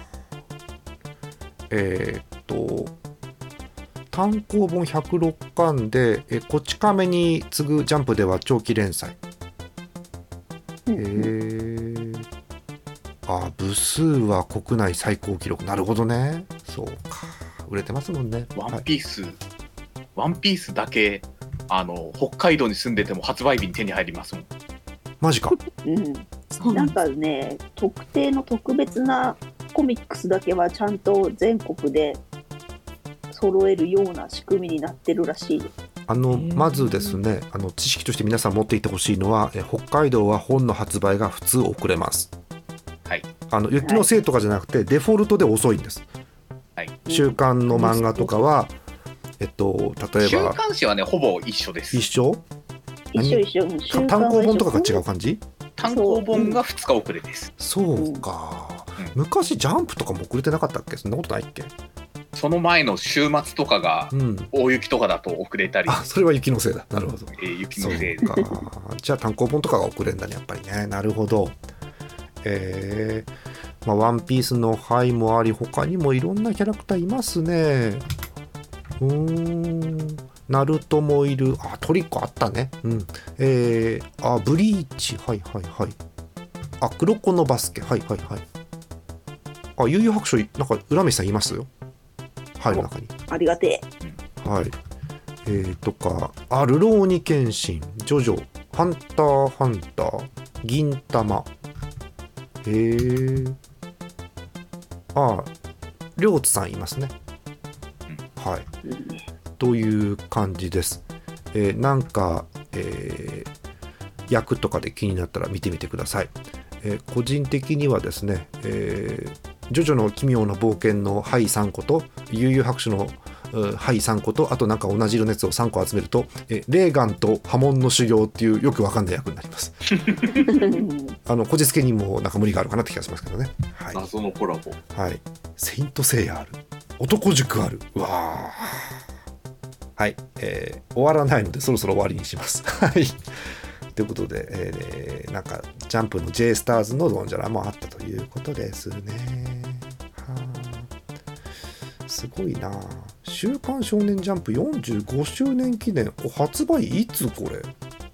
[SPEAKER 1] えー、っと単行本ひゃくろっかんで、えこち亀に次ぐジャンプでは長期連載。へえ。あ、部数は国内最高記録。なるほどね。そうか。売れてますもんね。
[SPEAKER 2] ワンピース、はい、ワンピースだけあの北海道に住んでても発売日に手に入りますもん。
[SPEAKER 1] マジか。
[SPEAKER 3] うん。なんかね、特定の特別なコミックスだけはちゃんと全国で揃えるような仕組みになってるらしい。
[SPEAKER 1] あのまずですね、あの知識として皆さん持っていてほしいのは、え北海道は本の発売が普通遅れます。
[SPEAKER 2] はい。
[SPEAKER 1] あの雪のせいとかじゃなくて、はい、デフォルトで遅いんです。はい、週刊の漫画とかは、えっと例えば
[SPEAKER 2] 週刊誌はねほぼ一緒です。
[SPEAKER 1] 一緒？
[SPEAKER 3] 一緒一緒。
[SPEAKER 1] 単行本とかが違う感じ？
[SPEAKER 2] 単行本がふつか遅れです。
[SPEAKER 1] そうか、うん、昔ジャンプとかも遅れてなかったっけ？そんなことないっけ？
[SPEAKER 2] その前の週末とかが、うん、大雪とかだと遅れたり。
[SPEAKER 1] あ、それは雪のせいだ。なるほど、
[SPEAKER 2] えー、雪のせい
[SPEAKER 1] か。じゃあ単行本とかが遅れるんだね、やっぱりね。なるほど。えーまあ、ワンピースのハイもあり、他にもいろんなキャラクターいますね。うーん、ナルトもいる。あ、トリコあったね。うん。えー、あ、ブリーチ。はいはいはい。あ、黒子のバスケ。はいはいはい。あ、悠々白書、なんか浦飯さんいますよ。はい、中に。
[SPEAKER 3] ありがて
[SPEAKER 1] え。はい。えーとか、あ、ルローニケンシン、ジョジョ、ハンターハンター、銀玉。へー。あ、りょうつさんいますね。はい。という感じです。えー、なんか、えー、役とかで気になったら見てみてください。えー、個人的にはですね、えー、ジョジョの奇妙な冒険のハイさんこと悠々白書のハイさんこと、あとなんか同じ色のやつをさんこ集めると、えレーガンと波紋の修行っていうよくわかんない役になりますあのこじつけにもなんか無理があるかなって気がしますけどね、はい、
[SPEAKER 2] 謎のコラボ、
[SPEAKER 1] はい、セイントセイヤある、男塾ある、うわー、はい、えー、終わらないのでそろそろ終わりにしますはいということで、えー、なんかジャンプの J スターズのドンジャラもあったということですね。はあ、すごいな。週刊少年ジャンプよんじゅうごしゅうねん記念、発売いつこれ？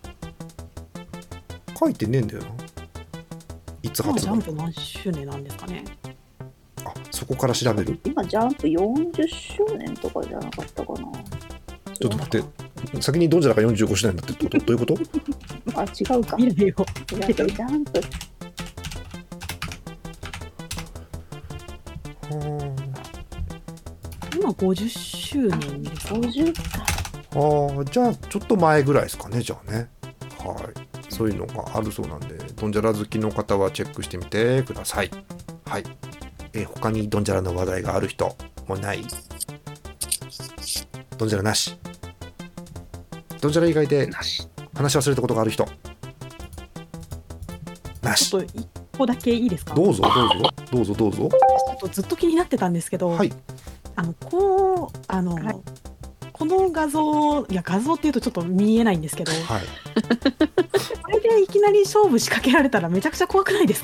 [SPEAKER 1] 書いてねえんだよな。いつ発売？
[SPEAKER 4] ジャンプ何周年なんですかね。
[SPEAKER 1] あ、そこから調べる。
[SPEAKER 3] 今ジャンプよんじゅっしゅうねんとかじゃなかったかな。ちょ
[SPEAKER 1] っと待って。先にドンジャラがよんじゅうごしゅうねんだってどういうこと？
[SPEAKER 3] あ、違うか。
[SPEAKER 4] 見るよ。
[SPEAKER 3] ジャンプ。
[SPEAKER 4] 今ごじゅっしゅうねんです。
[SPEAKER 3] ごじゅうか。
[SPEAKER 1] ああ、じゃあちょっと前ぐらいですかね、じゃあね。はい。そういうのがあるそうなんで、ドンジャラ好きの方はチェックしてみてください。はい。え、他にドンジャラの話題がある人もない？ドンジャラなし。ドンジャラ以外で話忘れたことがある人なし。
[SPEAKER 4] ちょっと一個だけいいですか？
[SPEAKER 1] どうぞどうぞどうぞどうぞ。
[SPEAKER 4] とずっと気になってたんですけど、
[SPEAKER 1] はい、
[SPEAKER 4] あのこうあの、はい、この画像いや画像っていうとちょっと見えないんですけど、はい、これでいきなり勝負仕掛けられたらめちゃくちゃ怖くないですか？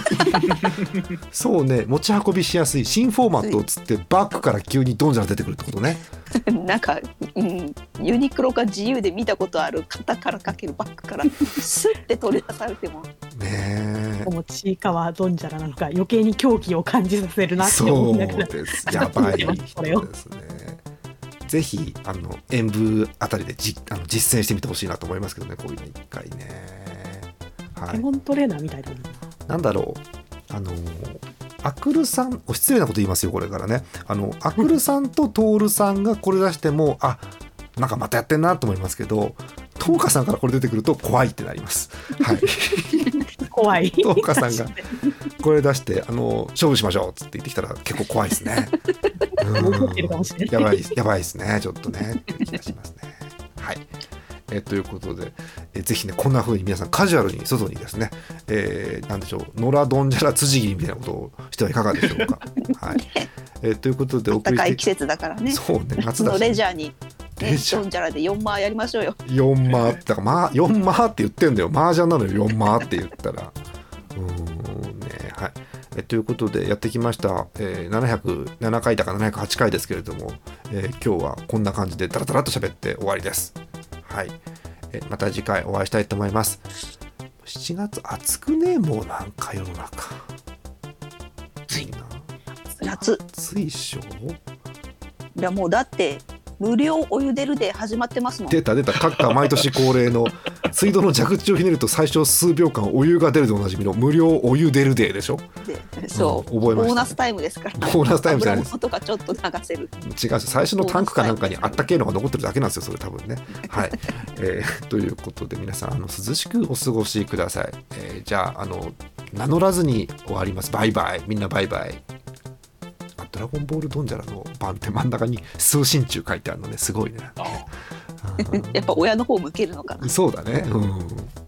[SPEAKER 1] そうね、持ち運びしやすい新フォーマットをつってバッグから急にドンジャラ出てくるってことね。
[SPEAKER 3] なんか、うん、ユニクロが自由で見たことある肩からかけるバッグからスッて取り出されても
[SPEAKER 1] ねえ、
[SPEAKER 4] もうちいかわドンジャラなのか余計に狂気を感じさせるなって思いながら、
[SPEAKER 1] そうです、やばい人ですね。ぜひあの演舞あたりでじあの実践してみてほしいなと思いますけどね、こういうの一回ね。
[SPEAKER 4] はい、ポケモントレーナーみたいだな。
[SPEAKER 1] なんだろう、あのアクルさん、お失礼なこと言いますよこれからね。あのアクルさんとトールさんがこれ出してもあなんかまたやってんなと思いますけど、トーカさんからこれ出てくると怖いってなります。はい。
[SPEAKER 4] 怖い。
[SPEAKER 1] トーカさんがこれ出してあの勝負しましょうっつって言ってきたら結構怖いですね。うんやばいやばいですね、ちょっとねっていう気がしますね。はい。えー、ということで、えー、ぜひねこんな風に皆さんカジュアルに外にですね、えー、なんでしょう、野良ドンジャラ辻切りみたいなことをしてはいかがでしょうか。はい。えー、ということでお送りして、
[SPEAKER 3] 暖かい季節だからね。
[SPEAKER 1] そうね、夏だし、ね、
[SPEAKER 3] のレジャーに。ね、ドンジャラでよんマーやりましょうよ。
[SPEAKER 1] よんマーだから、まあ、よんマーって言ってんだよ。マージャンなのよよんマーって言ったらうーんね、はい。えということでやってきました、えー、ななひゃくななかいだかななひゃくはちかいですけれども、えー、今日はこんな感じでダラダラと喋って終わりです。はい。えー、また次回お会いしたいと思います。しちがつ暑くね、もうなんか世の中
[SPEAKER 2] 暑いな。
[SPEAKER 3] 夏
[SPEAKER 1] 暑いっしょ。
[SPEAKER 3] いやもうだって無料お湯出るで始まってますもん。
[SPEAKER 1] 出た出た、各家毎年恒例の水道の蛇口をひねると最初数秒間お湯が出るでおなじみの無料お湯出るデーでしょ。
[SPEAKER 3] でそう、うん、覚えましたね。ボーナスタイムですから。
[SPEAKER 1] ボーナスタイムじゃないです。
[SPEAKER 3] 油とかちょっと流せる。
[SPEAKER 1] 違う、最初のタンクかなんかにあったけえのが残ってるだけなんですよ、それ多分ね。はい、えー、ということで皆さんあの涼しくお過ごしください。えー、じゃああの名乗らずに終わります。バイバイ、みんなバイバイ。ドラゴンボールドンジャラの版って真ん中に通信中書いてあるのね、すごいね。
[SPEAKER 3] やっぱ親の方向けるのかな。
[SPEAKER 1] そうだね。うん。